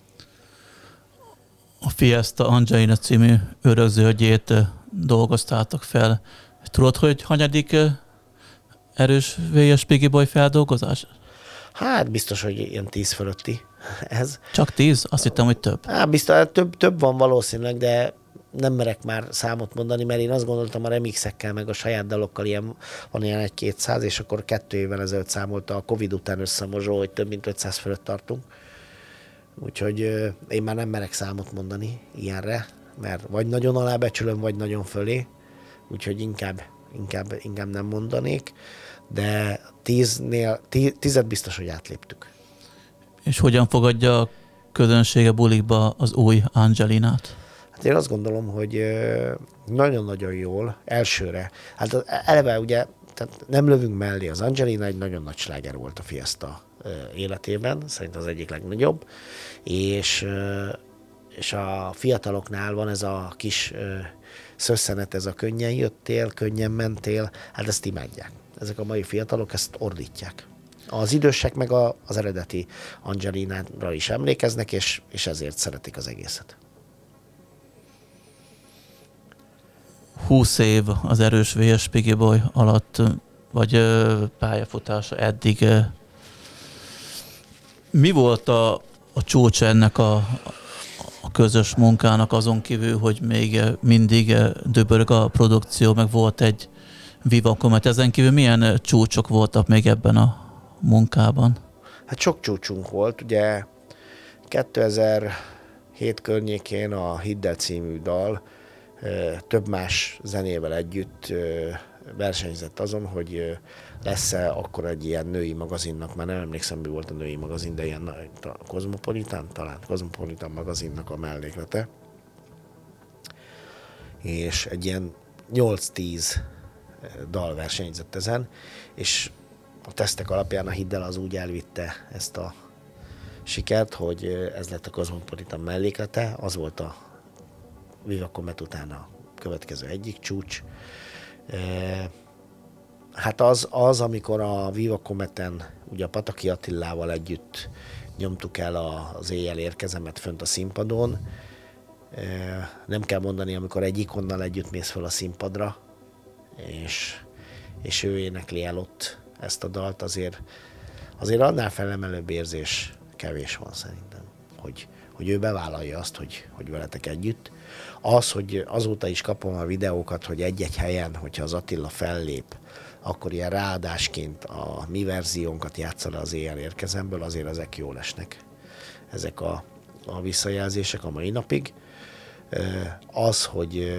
A Fiesta Angelina című örökzöldjét dolgoztátok fel. Tudod, hogy hanyadik Erős vé es Piggy Boy feldolgozás? Hát biztos, hogy ilyen tíz fölötti ez. Csak tíz? Azt hittem, hogy több. Hát biztos, több, több van valószínűleg, de nem merek már számot mondani, mert én azt gondoltam a remixekkel, meg a saját dalokkal ilyen, van ilyen egy-kétszáz, és akkor kettő évvel ezelőtt számolta a Covid után összemozsó, hogy több mint ötszáz fölött tartunk. Úgyhogy én már nem merek számot mondani ilyenre, mert vagy nagyon alábecsülöm, vagy nagyon fölé, úgyhogy inkább, inkább, inkább nem mondanék, de tíznél, tízet biztos, hogy átléptük. És hogyan fogadja a közönsége bulikba az új Angelinát? Hát én azt gondolom, hogy nagyon-nagyon jól, elsőre. Hát eleve ugye tehát nem lövünk mellé, az Angelina egy nagyon nagy sláger volt a Fiesta életében, szerintem az egyik legnagyobb, és, és a fiataloknál van ez a kis szösszenet, ez a könnyen jöttél, könnyen mentél, hát ezt imádják. Ezek a mai fiatalok ezt ordítják. Az idősek meg a, az eredeti Angelinára is emlékeznek, és, és ezért szeretik az egészet. húsz év az Erős vé es Piggy Boy alatt, vagy ö, pályafutása eddig. Ö, mi volt a, a csúcs ennek a, a közös munkának, azon kívül, hogy még mindig döbörg a produkció, meg volt egy vivakomet. Ezen kívül milyen csúcsok voltak még ebben a munkában? Hát sok csúcsunk volt, ugye kétezer-hét környékén a Hiddel című dal több más zenével együtt versenyzett azon, hogy lesz-e akkor egy ilyen női magazinnak, már nem emlékszem, mi volt a női magazin, de ilyen Cosmopolitan, talán Cosmopolitan magazinnak a melléklete. És egy ilyen nyolc-tíz dal versenyzett ezen, és a tesztek alapján a Hidd el az úgy elvitte ezt a sikert, hogy ez lett a Cosmopolitan melléklete, az volt a Viva Comet után a következő egyik csúcs. Hát az, az amikor a Viva Cometen, ugye a Pataki Attilával együtt nyomtuk el az Éjjel érkezemet fönt a színpadon, nem kell mondani, amikor egy ikonnal együtt mész fel a színpadra, és, és ő énekli el ott ezt a dalt, azért, azért annál felemelőbb érzés kevés van szerintem, hogy, hogy ő bevállalja azt, hogy, hogy veletek együtt. Az, hogy azóta is kapom a videókat, hogy egy-egy helyen, hogyha az Attila fellép, akkor ilyen ráadásként a mi verziónkat játsza le az Éjjel érkezemből, azért ezek jól esnek. Ezek a, a visszajelzések a mai napig. Az, hogy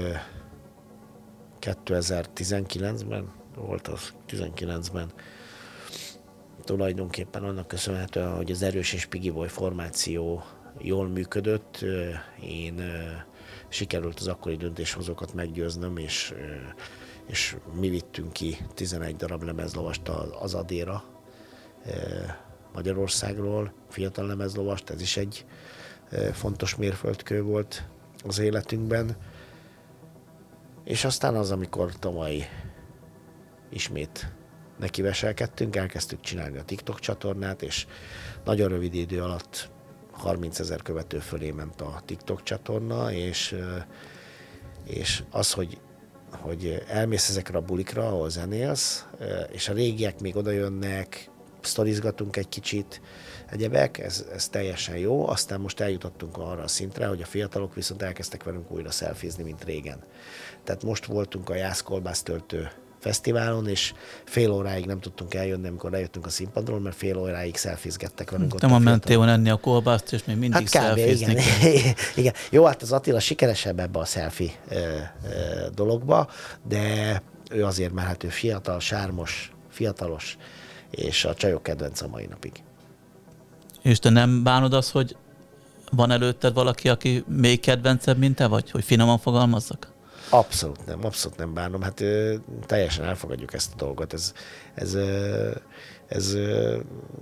kétezer-tizenkilencben volt az, tizenkilencben tulajdonképpen annak köszönhetően, hogy az Erős és Piggy Boy formáció jól működött, én sikerült az akkori döntéshozókat meggyőznöm, és, és mi vittünk ki tizenegy darab lemezlovast az Adéra Magyarországról, fiatal lemezlovast, ez is egy fontos mérföldkő volt az életünkben. És aztán az, amikor tavaly ismét nekiveselkedtünk, elkezdtük csinálni a TikTok csatornát, és nagyon rövid idő alatt harmincezer követő fölé ment a TikTok csatorna, és, és az, hogy, hogy elmész ezekre a bulikra, ahol zenélsz, és a régiek még oda jönnek, sztorizgatunk egy kicsit, egyebek, ez, ez teljesen jó. Aztán most eljutottunk arra a szintre, hogy a fiatalok viszont elkezdtek velünk újra szelfizni, mint régen. Tehát most voltunk a Jászkolbásztöltő fesztiválon, és fél óráig nem tudtunk eljönni, amikor lejöttünk a színpadról, mert fél óráig szelfizgettek velünk. Te ma mentél volna enni a kolbászt, és még mindig hát szelfizni. Igen. igen. Jó, hát az Attila sikeresebb ebbe a selfie ö, ö, dologba, de ő azért, mert hát ő fiatal, sármos, fiatalos, és a csajok kedvenc a mai napig. És te nem bánod azt, hogy van előtted valaki, aki még kedvencebb, mint te vagy? Hogy finoman fogalmazzak? Abszolút nem, abszolút nem bánom. Hát ö, teljesen elfogadjuk ezt a dolgot. Ez, ez, ö, ez, ö,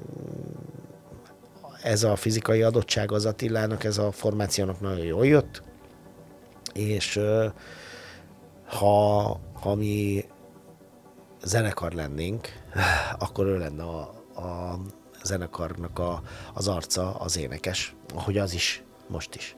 ez a fizikai adottság az Attilának, ez a formációnak nagyon jól jött. És ö, ha, ha mi zenekar lennénk, akkor ő lenne a, a zenekarnak a, az arca, az énekes, ahogy az is, most is.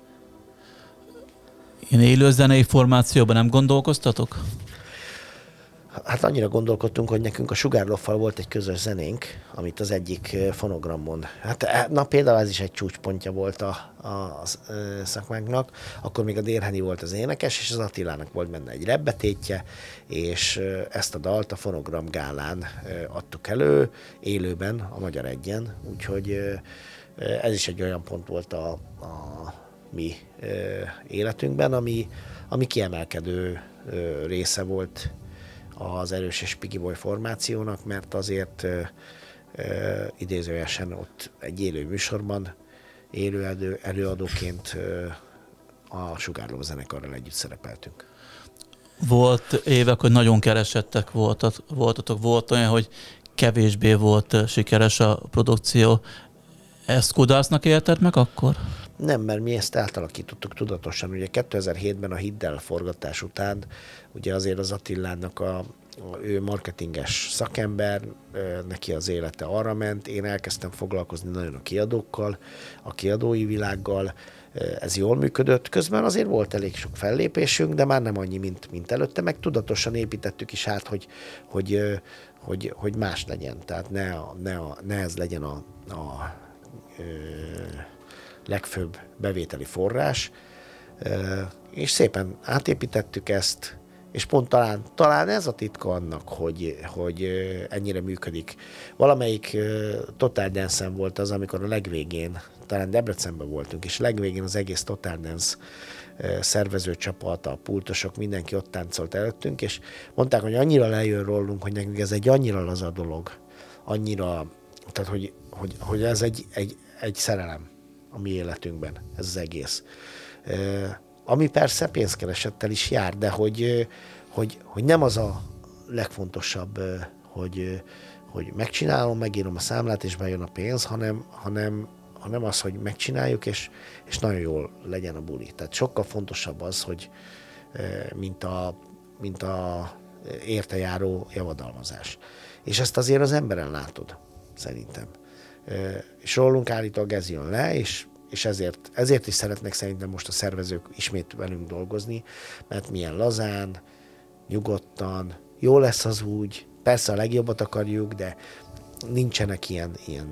Én élő zenei formációban nem gondolkoztatok? Hát annyira gondolkodtunk, hogy nekünk a Sugárloffal volt egy közös zenénk, amit az egyik fonogramon, hát na például ez is egy csúcspontja volt a, a, a szakmánknak, akkor még a Dérheni volt az énekes, és az Attilának volt benne egy repbetétje, és ezt a dalt a Fonogram gálán adtuk elő, élőben, a Magyar Egyen, úgyhogy ez is egy olyan pont volt a, a mi életünkben, ami, ami kiemelkedő része volt az Erős és Piggy Boy formációnak, mert azért ö, ö, idézőjesen ott egy élő műsorban élő elő, előadóként ö, a Sugárló zenekarral együtt szerepeltünk. Volt évek, hogy nagyon keresettek voltat, voltatok, volt olyan, hogy kevésbé volt sikeres a produkció. Ezt kudarcnak élted meg akkor? Nem, mert mi ezt átalakítottuk tudatosan. Ugye kétezer-hétben a Hidd el forgatás után, ugye azért az Attilának a, a ő marketinges szakember, neki az élete arra ment, én elkezdtem foglalkozni nagyon a kiadókkal, a kiadói világgal, ez jól működött. Közben azért volt elég sok fellépésünk, de már nem annyi, mint, mint előtte, meg tudatosan építettük is át, hogy, hogy, hogy, hogy más legyen. Tehát ne, a, ne, a, ne ez legyen a, a ö, legfőbb bevételi forrás, és szépen átépítettük ezt, És pont talán, talán ez a titka annak, hogy, hogy ennyire működik. Valamelyik Total Dance-en volt az, amikor a legvégén, talán Debrecenben voltunk, és legvégén az egész Total Dance szervezőcsapat, a pultosok, mindenki ott táncolt előttünk, és mondták, hogy annyira lejön rólunk, hogy nekünk ez egy annyira laza dolog, annyira, tehát hogy, hogy, hogy ez egy, egy, egy szerelem a mi életünkben, ez az egész. Ami persze pénzkeresettel is jár, de hogy, hogy, hogy nem az a legfontosabb, hogy, hogy megcsinálom, megírom a számlát, és bejön a pénz, hanem, hanem, hanem az, hogy megcsináljuk, és, és nagyon jól legyen a buli. Tehát sokkal fontosabb az, hogy mint a, mint a érte járó javadalmazás. És ezt azért az emberen látod, szerintem. És rólunk állítólag ez jön le, és és ezért, ezért is szeretnek szerintem most a szervezők ismét velünk dolgozni, mert milyen lazán, nyugodtan, jó lesz az úgy, persze a legjobbat akarjuk, de nincsenek ilyen, ilyen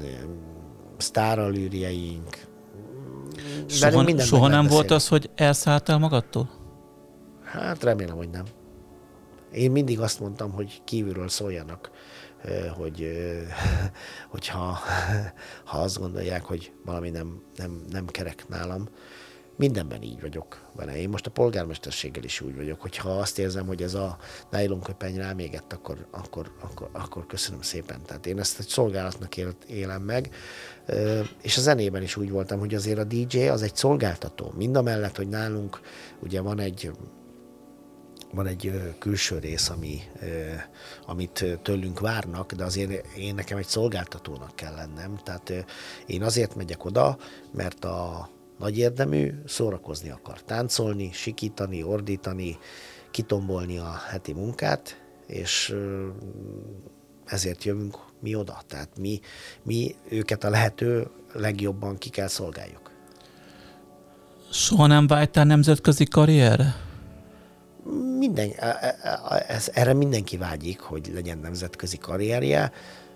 sztáralűrjeink. Soha, soha nem volt az, hogy elszálltál magadtól? Hát remélem, hogy nem. Én mindig azt mondtam, hogy kívülről szóljanak, hogy hogyha ha azt gondolják, hogy valami nem, nem, nem kerek nálam. Mindenben így vagyok vele. Én most a polgármesterséggel is úgy vagyok, hogyha azt érzem, hogy ez a nájlonköpeny rám égett, akkor, akkor, akkor, akkor köszönöm szépen. Tehát én ezt egy szolgálatnak élem meg, és a zenében is úgy voltam, hogy azért a dé dzsé az egy szolgáltató. Mindamellett, hogy nálunk ugye van egy van egy külső rész, ami, amit tőlünk várnak, de azért én nekem egy szolgáltatónak kell lennem. Tehát én azért megyek oda, mert a nagy érdemű szórakozni akar. Táncolni, sikítani, ordítani, kitombolni a heti munkát, és ezért jövünk mi oda. Tehát mi, mi őket a lehető legjobban ki kell szolgáljuk. Soha nem vágytál nemzetközi karrierre? Minden, ez, erre mindenki vágyik, hogy legyen nemzetközi karrierje.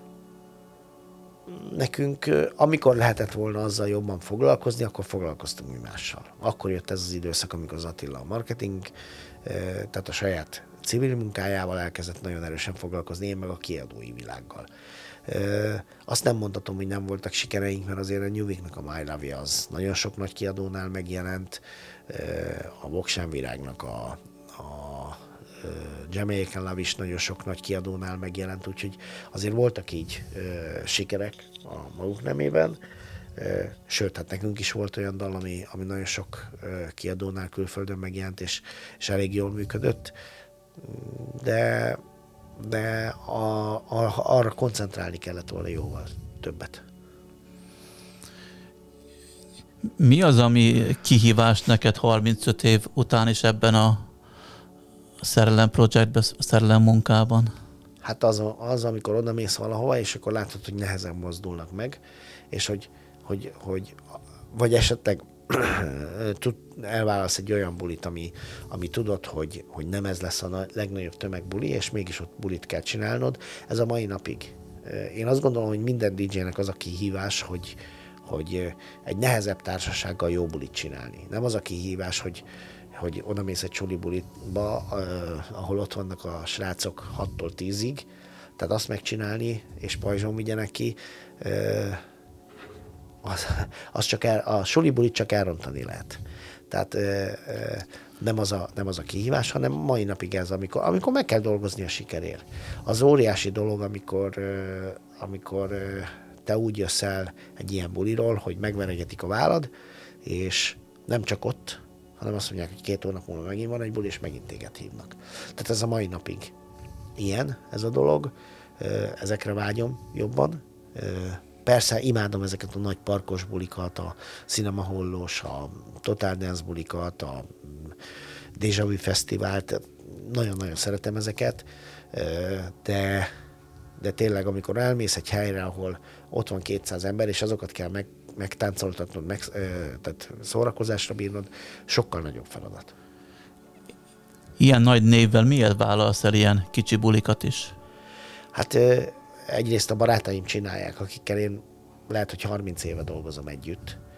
Nekünk, amikor lehetett volna azzal jobban foglalkozni, akkor foglalkoztunk mi mással. Akkor jött ez az időszak, amikor az Attila a marketing, tehát a saját civil munkájával elkezdett nagyon erősen foglalkozni, én meg a kiadói világgal. Azt nem mondhatom, hogy nem voltak sikereink, mert azért a New Week-nek a My Love-ja az nagyon sok nagy kiadónál megjelent, a Voksán Virágnak a a Jamaican Love is nagyon sok nagy kiadónál megjelent, úgyhogy azért voltak így ö, sikerek a maguk nemében. Ö, sőt, hát nekünk is volt olyan dal, ami, ami nagyon sok ö, kiadónál külföldön megjelent, és, és elég jól működött. De, de a, a, arra koncentrálni kellett volna jóval többet. Mi az, ami kihívás neked harmincöt év után is ebben a szerelem projektben, szerelem munkában? Hát az, az, amikor oda mész valahova, és akkor látod, hogy nehezen mozdulnak meg, és hogy, hogy, hogy vagy esetleg elválasz egy olyan bulit, ami, ami tudod, hogy, hogy nem ez lesz a legnagyobb tömegbuli, és mégis ott bulit kell csinálnod. Ez a mai napig. Én azt gondolom, hogy minden dé dzsének az a kihívás, hogy, hogy egy nehezebb társasággal jó bulit csinálni. Nem az a kihívás, hogy hogy oda mész egy csuli bulitba, uh, ahol ott vannak a srácok hattól tízig, tehát azt megcsinálni, és pajzson vigyenek ki, uh, az, az csak el, a suli bulit csak elrontani lehet. Tehát uh, uh, nem, az a, nem az a kihívás, hanem mai napig ez, amikor, amikor meg kell dolgozni a sikerért. Az óriási dolog, amikor, uh, amikor uh, te úgy jössz el egy ilyen buliról, hogy megveregetik a vállad, és nem csak ott, hanem azt mondják, hogy két hónap múlva megint van egy buli, és megint téged hívnak. Tehát ez a mai napig ilyen, ez a dolog. Ezekre vágyom jobban. Persze imádom ezeket a nagy parkos bulikat, a Cinema Hollós, a Total Dance bulikat, a Déjà Vu Fesztivált. Nagyon-nagyon szeretem ezeket, de, de tényleg, amikor elmész egy helyre, ahol ott van kétszáz ember, és azokat kell meg megtáncoltatnod, meg, tehát szórakozásra bírnod, sokkal nagyobb feladat. Ilyen nagy névvel miért vállalsz el ilyen kicsi bulikat is? Hát egyrészt a barátaim csinálják, akikkel én lehet, hogy harminc éve dolgozom együtt.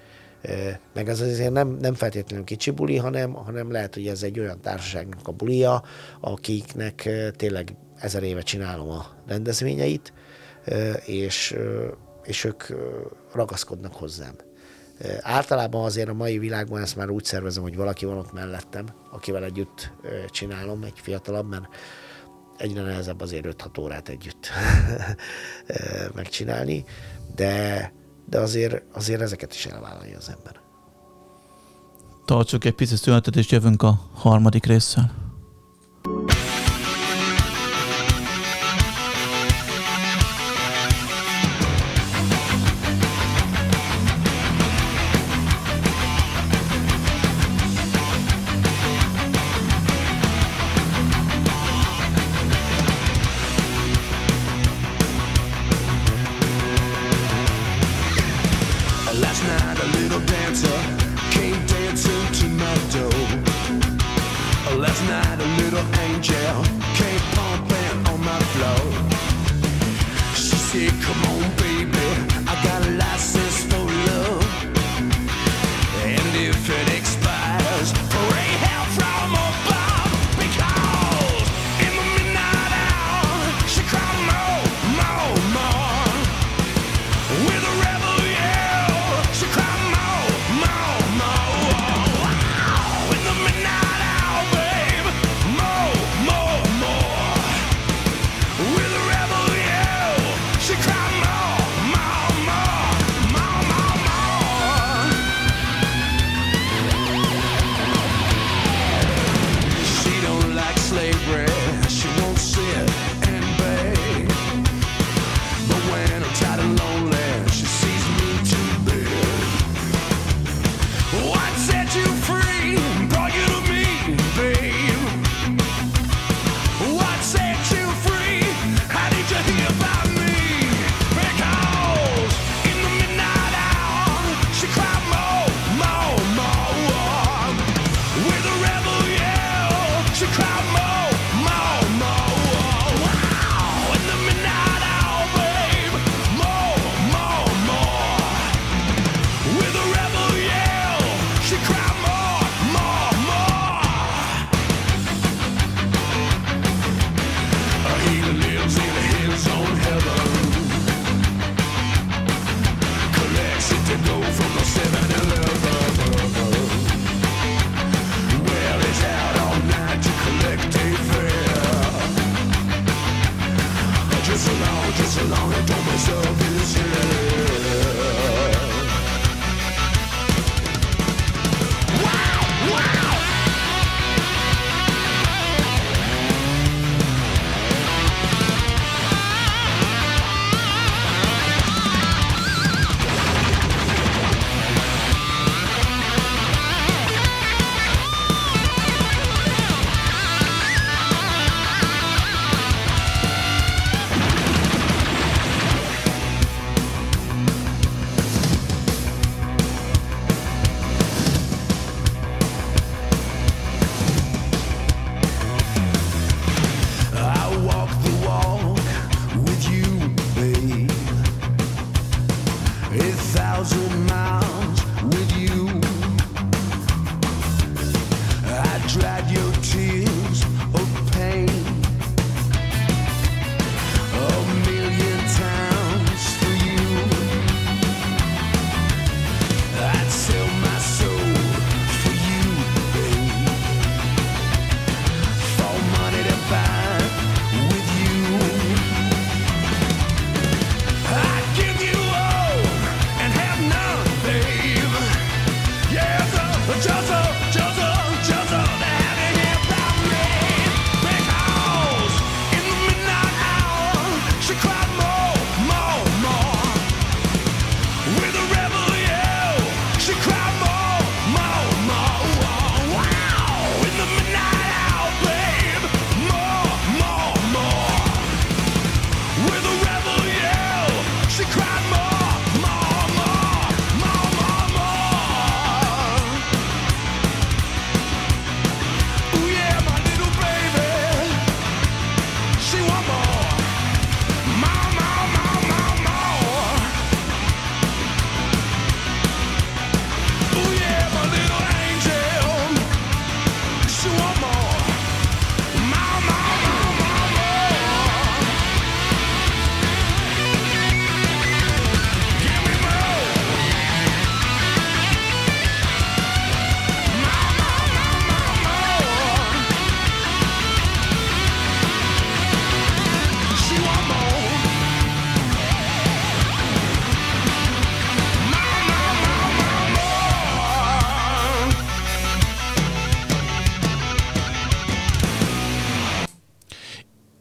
Meg az azért nem, nem feltétlenül kicsi buli, hanem, hanem lehet, hogy ez egy olyan társaságnak a bulia, akiknek tényleg ezer éve csinálom a rendezvényeit, és, és ők ragaszkodnak hozzám. Általában azért a mai világban ezt már úgy szervezem, hogy valaki van ott mellettem, akivel együtt csinálom, egy fiatalabb, mert egyre nehezebb azért öt-hat órát együtt megcsinálni, de, de azért, azért ezeket is elvállalja az ember. Tartsuk egy pici szünetet, és jövünk a harmadik résszel.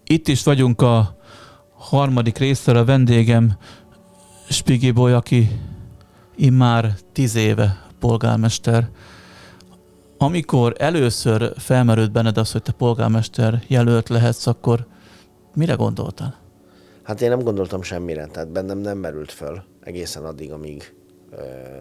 Itt is vagyunk a harmadik részről, a vendégem Spigi Boly, aki immár tíz éve polgármester. Amikor először felmerült benned az, hogy te polgármester jelölt lehetsz, akkor mire gondoltál? Hát én nem gondoltam semmire, tehát bennem nem merült föl egészen addig, amíg ö,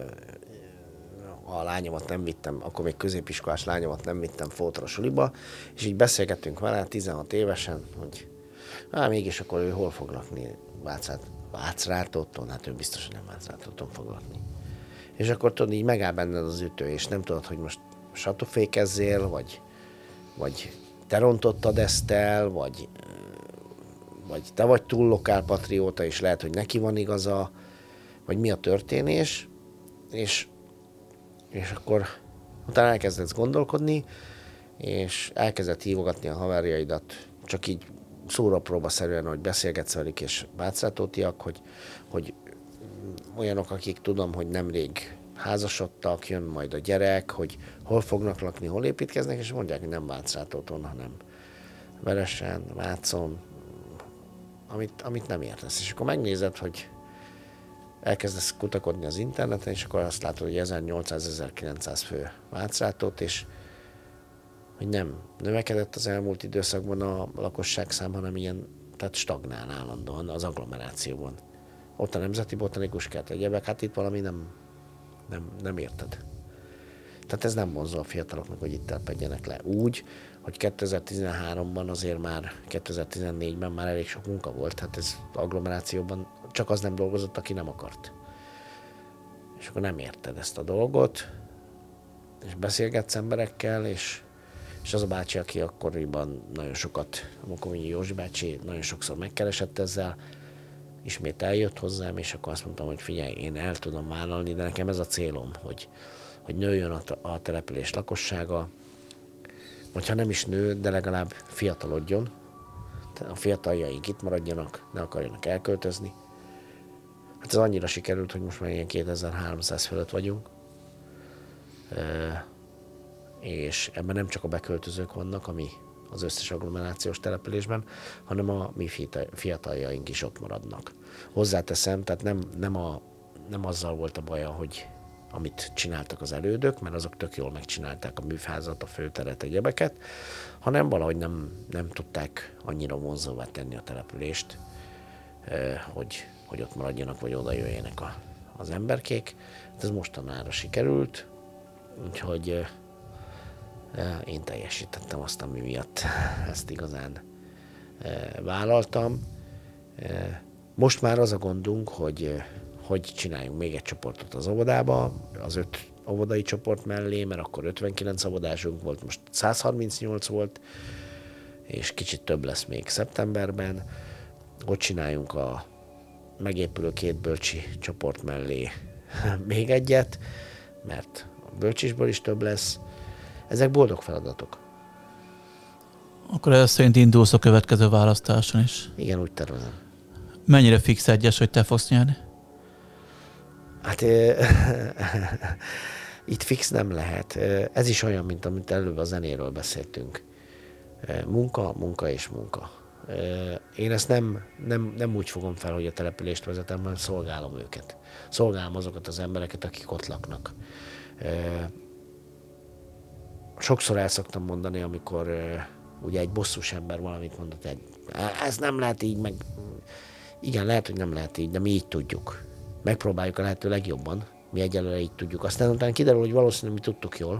a lányomat nem vittem, akkor még középiskolás lányomat nem vittem Fótra suliba, és így beszélgettünk vele tizenhat évesen, hogy hát mégis akkor ő hol fog lakni? Vácrát, Vácrátóton? Hát ő biztos, hogy nem Vácrátóton fog lakni. És akkor tudod, így megáll benned az ütő, és nem tudod, hogy most satúfékezzél, vagy, vagy te rontottad ezt el, vagy, vagy te vagy túl lokálpatrióta, és lehet, hogy neki van igaza, vagy mi a történés, és, és akkor utána elkezdesz gondolkodni, és elkezdett hívogatni a haverjaidat, csak így szóra-próba-szerűen, hogy beszélgetsz velük, és vácrátótiak, hogy, hogy olyanok, akik tudom, hogy nemrég házasodtak, jön majd a gyerek, hogy hol fognak lakni, hol építkeznek, és mondják, hogy nem Vácrátóton, hanem Veresen, Vácon, amit, amit nem értesz. És akkor megnézed, hogy elkezdesz kutakodni az interneten, és akkor azt látod, hogy ezernyolcszáz-ezerkilencszáz fő Vácrátót, és hogy nem növekedett az elmúlt időszakban a lakosságszám, hanem ilyen, tehát stagnál állandóan az agglomerációban. Ott a Nemzeti Botanikus Kert, egyebek, hát itt valami nem, nem, nem érted. Tehát ez nem vonzó a fiataloknak, hogy itt telepedjenek le. Úgy, hogy kétezer-tizenháromban azért már, kétezer-tizennégyben már elég sok munka volt, hát ez agglomerációban csak az nem dolgozott, aki nem akart. És akkor nem érted ezt a dolgot, és beszélgetsz emberekkel, és, és az a bácsi, aki akkoriban nagyon sokat, a Mokovényi Józsi bácsi nagyon sokszor megkeresett ezzel, ismét eljött hozzám, és akkor azt mondtam, hogy figyelj, én el tudom vállalni, de nekem ez a célom, hogy, hogy nőjön a, a település lakossága, vagy ha nem is nő, de legalább fiatalodjon, a fiataljaink itt maradjanak, ne akarjanak elköltözni. Hát ez annyira sikerült, hogy most már ilyen kétezer-háromszáz fölött vagyunk, e, és ebben nem csak a beköltözők vannak, ami az összes agglomerációs településben, hanem a mi fiataljaink is ott maradnak. Hozzáteszem, tehát nem, nem, a, nem azzal volt a baja, hogy amit csináltak az elődök, mert azok tök jól megcsinálták a műfázat, a főteret, egyebeket, hanem valahogy nem, nem tudták annyira vonzóvá tenni a települést, hogy, hogy ott maradjanak, vagy oda jöjjenek a, az emberkék. Ez mostanára sikerült, úgyhogy én teljesítettem azt, ami miatt ezt igazán vállaltam. Most már az a gondunk, hogy hogy csináljunk még egy csoportot az óvodába, az öt óvodai csoport mellé, mert akkor ötvenkilenc óvodásunk volt, most száz harmincnyolc volt, és kicsit több lesz még szeptemberben. Ott csináljunk a megépülő két bölcsi csoport mellé még egyet, mert a bölcsisből is több lesz. Ezek boldog feladatok. Akkor ez szerint indulsz a következő választáson is. Igen, úgy tervezem. Mennyire fix egyes, hogy te fogsz nyerni? Hát itt fix nem lehet. Ez is olyan, mint amit előbb a zenéről beszéltünk. Munka, munka és munka. Én ezt nem, nem, nem úgy fogom fel, hogy a települést vezetem, hanem szolgálom őket. Szolgálom azokat az embereket, akik ott laknak. Sokszor el szoktam mondani, amikor ugye egy bosszús ember valamit mondott, egy, ez nem lehet így, meg igen, lehet, hogy nem lehet így, de mi így tudjuk. Megpróbáljuk a lehető legjobban, mi egyelőre így tudjuk. Aztán utána kiderül, hogy valószínűleg mi tudtuk jól.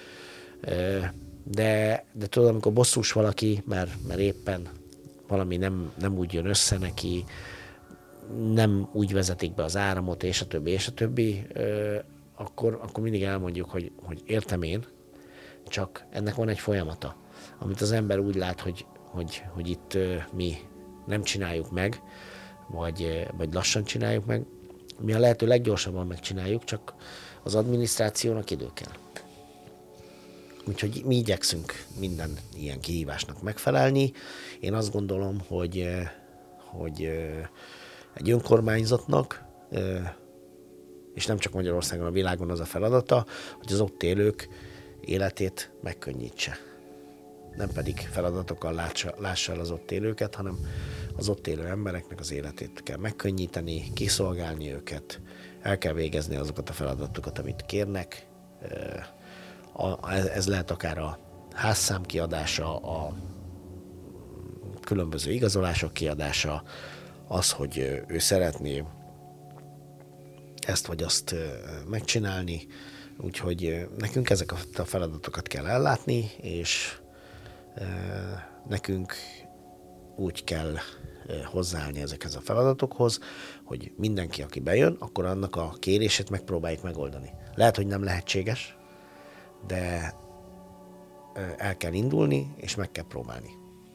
De, de tudod, amikor bosszús valaki, mert, mert éppen valami nem, nem úgy jön össze neki, nem úgy vezetik be az áramot, és a többi, és a többi, akkor, akkor mindig elmondjuk, hogy, hogy értem én, csak ennek van egy folyamata, amit az ember úgy lát, hogy, hogy, hogy itt mi nem csináljuk meg, vagy, vagy lassan csináljuk meg. Mi a lehető leggyorsabban megcsináljuk, csak az adminisztrációnak idő kell. Úgyhogy mi igyekszünk minden ilyen kihívásnak megfelelni. Én azt gondolom, hogy, hogy egy önkormányzatnak, és nem csak Magyarországon, a világon az a feladata, hogy az ott élők életét megkönnyítse. nem pedig feladatokkal lássa, lássa el az ott élőket, hanem az ott élő embereknek az életét kell megkönnyíteni, kiszolgálni őket, el kell végezni azokat a feladatokat, amit kérnek. Ez lehet akár a házszám kiadása, a különböző igazolások kiadása, az, hogy ő szeretné ezt vagy azt megcsinálni, úgyhogy nekünk ezeket a feladatokat kell ellátni, és nekünk úgy kell hozzáállni ezekhez a feladatokhoz, hogy mindenki, aki bejön, akkor annak a kérését megpróbáljuk megoldani. Lehet, hogy nem lehetséges, de el kell indulni, és meg kell próbálni.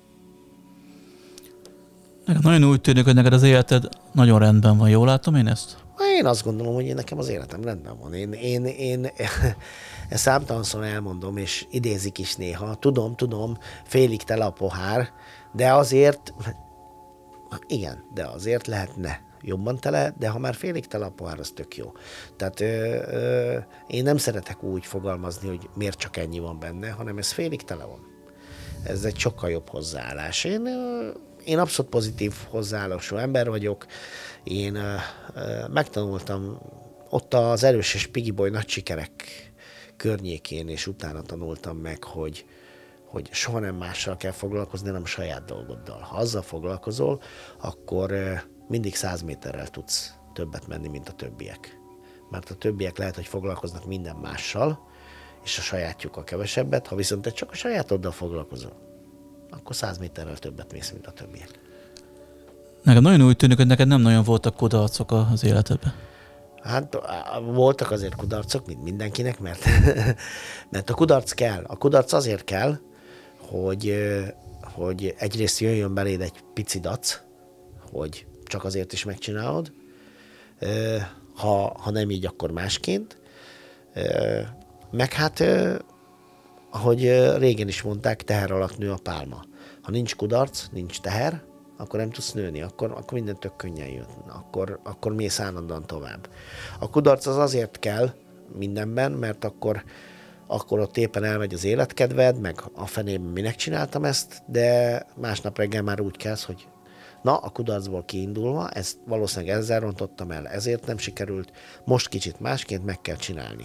Nagyon úgy tűnik, hogy neked az életed nagyon rendben van. Jól látom én ezt? Én azt gondolom, hogy én nekem az életem rendben van. Én, én, én ezt számtalanszor elmondom, és idézik is néha. Tudom, tudom, félig tele a pohár, de azért, igen, de azért lehetne jobban tele, de ha már félig tele a pohár, az tök jó. Tehát ö, ö, én nem szeretek úgy fogalmazni, hogy miért csak ennyi van benne, hanem ez félig tele van. Ez egy sokkal jobb hozzáállás. Én, ö, én abszolút pozitív hozzáállású ember vagyok. Én ö, ö, megtanultam ott az Erős és Piggy Boy nagy sikerek környékén, és utána tanultam meg, hogy hogy soha nem mással kell foglalkozni, hanem saját dolgoddal. Ha azzal foglalkozol, akkor mindig száz méterrel tudsz többet menni, mint a többiek. Mert a többiek lehet, hogy foglalkoznak minden mással, és a sajátjukkal kevesebbet, ha viszont te csak a sajátoddal foglalkozol, akkor száz méterrel többet mész, mint a többiek. Nekem nagyon úgy tűnik, hogy neked nem nagyon voltak kudarcok az életedben. Hát voltak azért kudarcok, mint mindenkinek, mert, mert a kudarc kell. A kudarc azért kell, hogy, hogy egyrészt jöjjön beléd egy pici dac, hogy csak azért is megcsinálod, ha, ha nem így, akkor másként. Meg hát, ahogy régen is mondták, teher alatt nő a pálma. Ha nincs kudarc, nincs teher, akkor nem tudsz nőni, akkor, akkor minden tök könnyen jön, akkor, akkor mész állandóan tovább. A kudarc az azért kell mindenben, mert akkor, akkor ott éppen elmegy az életkedved, meg a fenében minek csináltam ezt, de másnap reggel már úgy kelsz, hogy na, a kudarcból kiindulva, ezt valószínűleg ezzel rontottam el, ezért nem sikerült, most kicsit másként meg kell csinálni.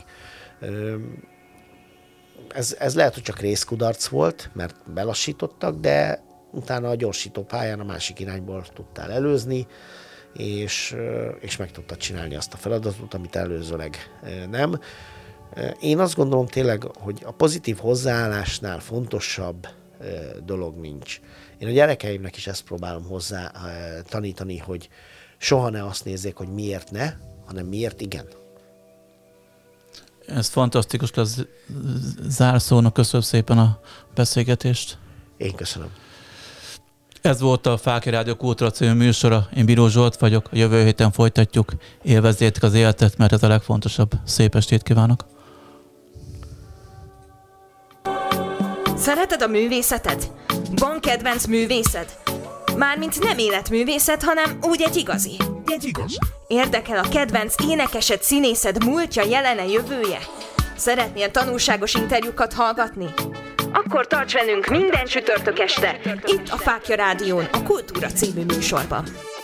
Ez, ez lehet, hogy csak részkudarc volt, mert belassítottak, de utána a gyorsító pályán a másik irányból tudtál előzni, és, és meg tudtad csinálni azt a feladatot, amit előzőleg nem. Én azt gondolom tényleg, hogy a pozitív hozzáállásnál fontosabb dolog nincs. Én a gyerekeimnek is ezt próbálom hozzá tanítani, hogy soha ne azt nézzék, hogy miért ne, hanem miért igen. Ez fantasztikus lesz zárszónak. Köszönöm szépen a beszélgetést. Én köszönöm. Ez volt a Fákja Rádió Kultúra című műsora. Én Bíró Zsolt vagyok. A jövő héten folytatjuk. Élvezzétek az életet, mert ez a legfontosabb. Szép estét kívánok! Szereted a művészetet? Van kedvenc művészed? Mármint nem életművészet, hanem úgy egy igazi. Egy igaz. Érdekel a kedvenc énekesed, színészed múltja, jelene, jövője? Szeretnél tanulságos interjúkat hallgatni? Akkor tarts velünk minden csütörtök este, itt a Fákja Rádión, a Kultúra című műsorban.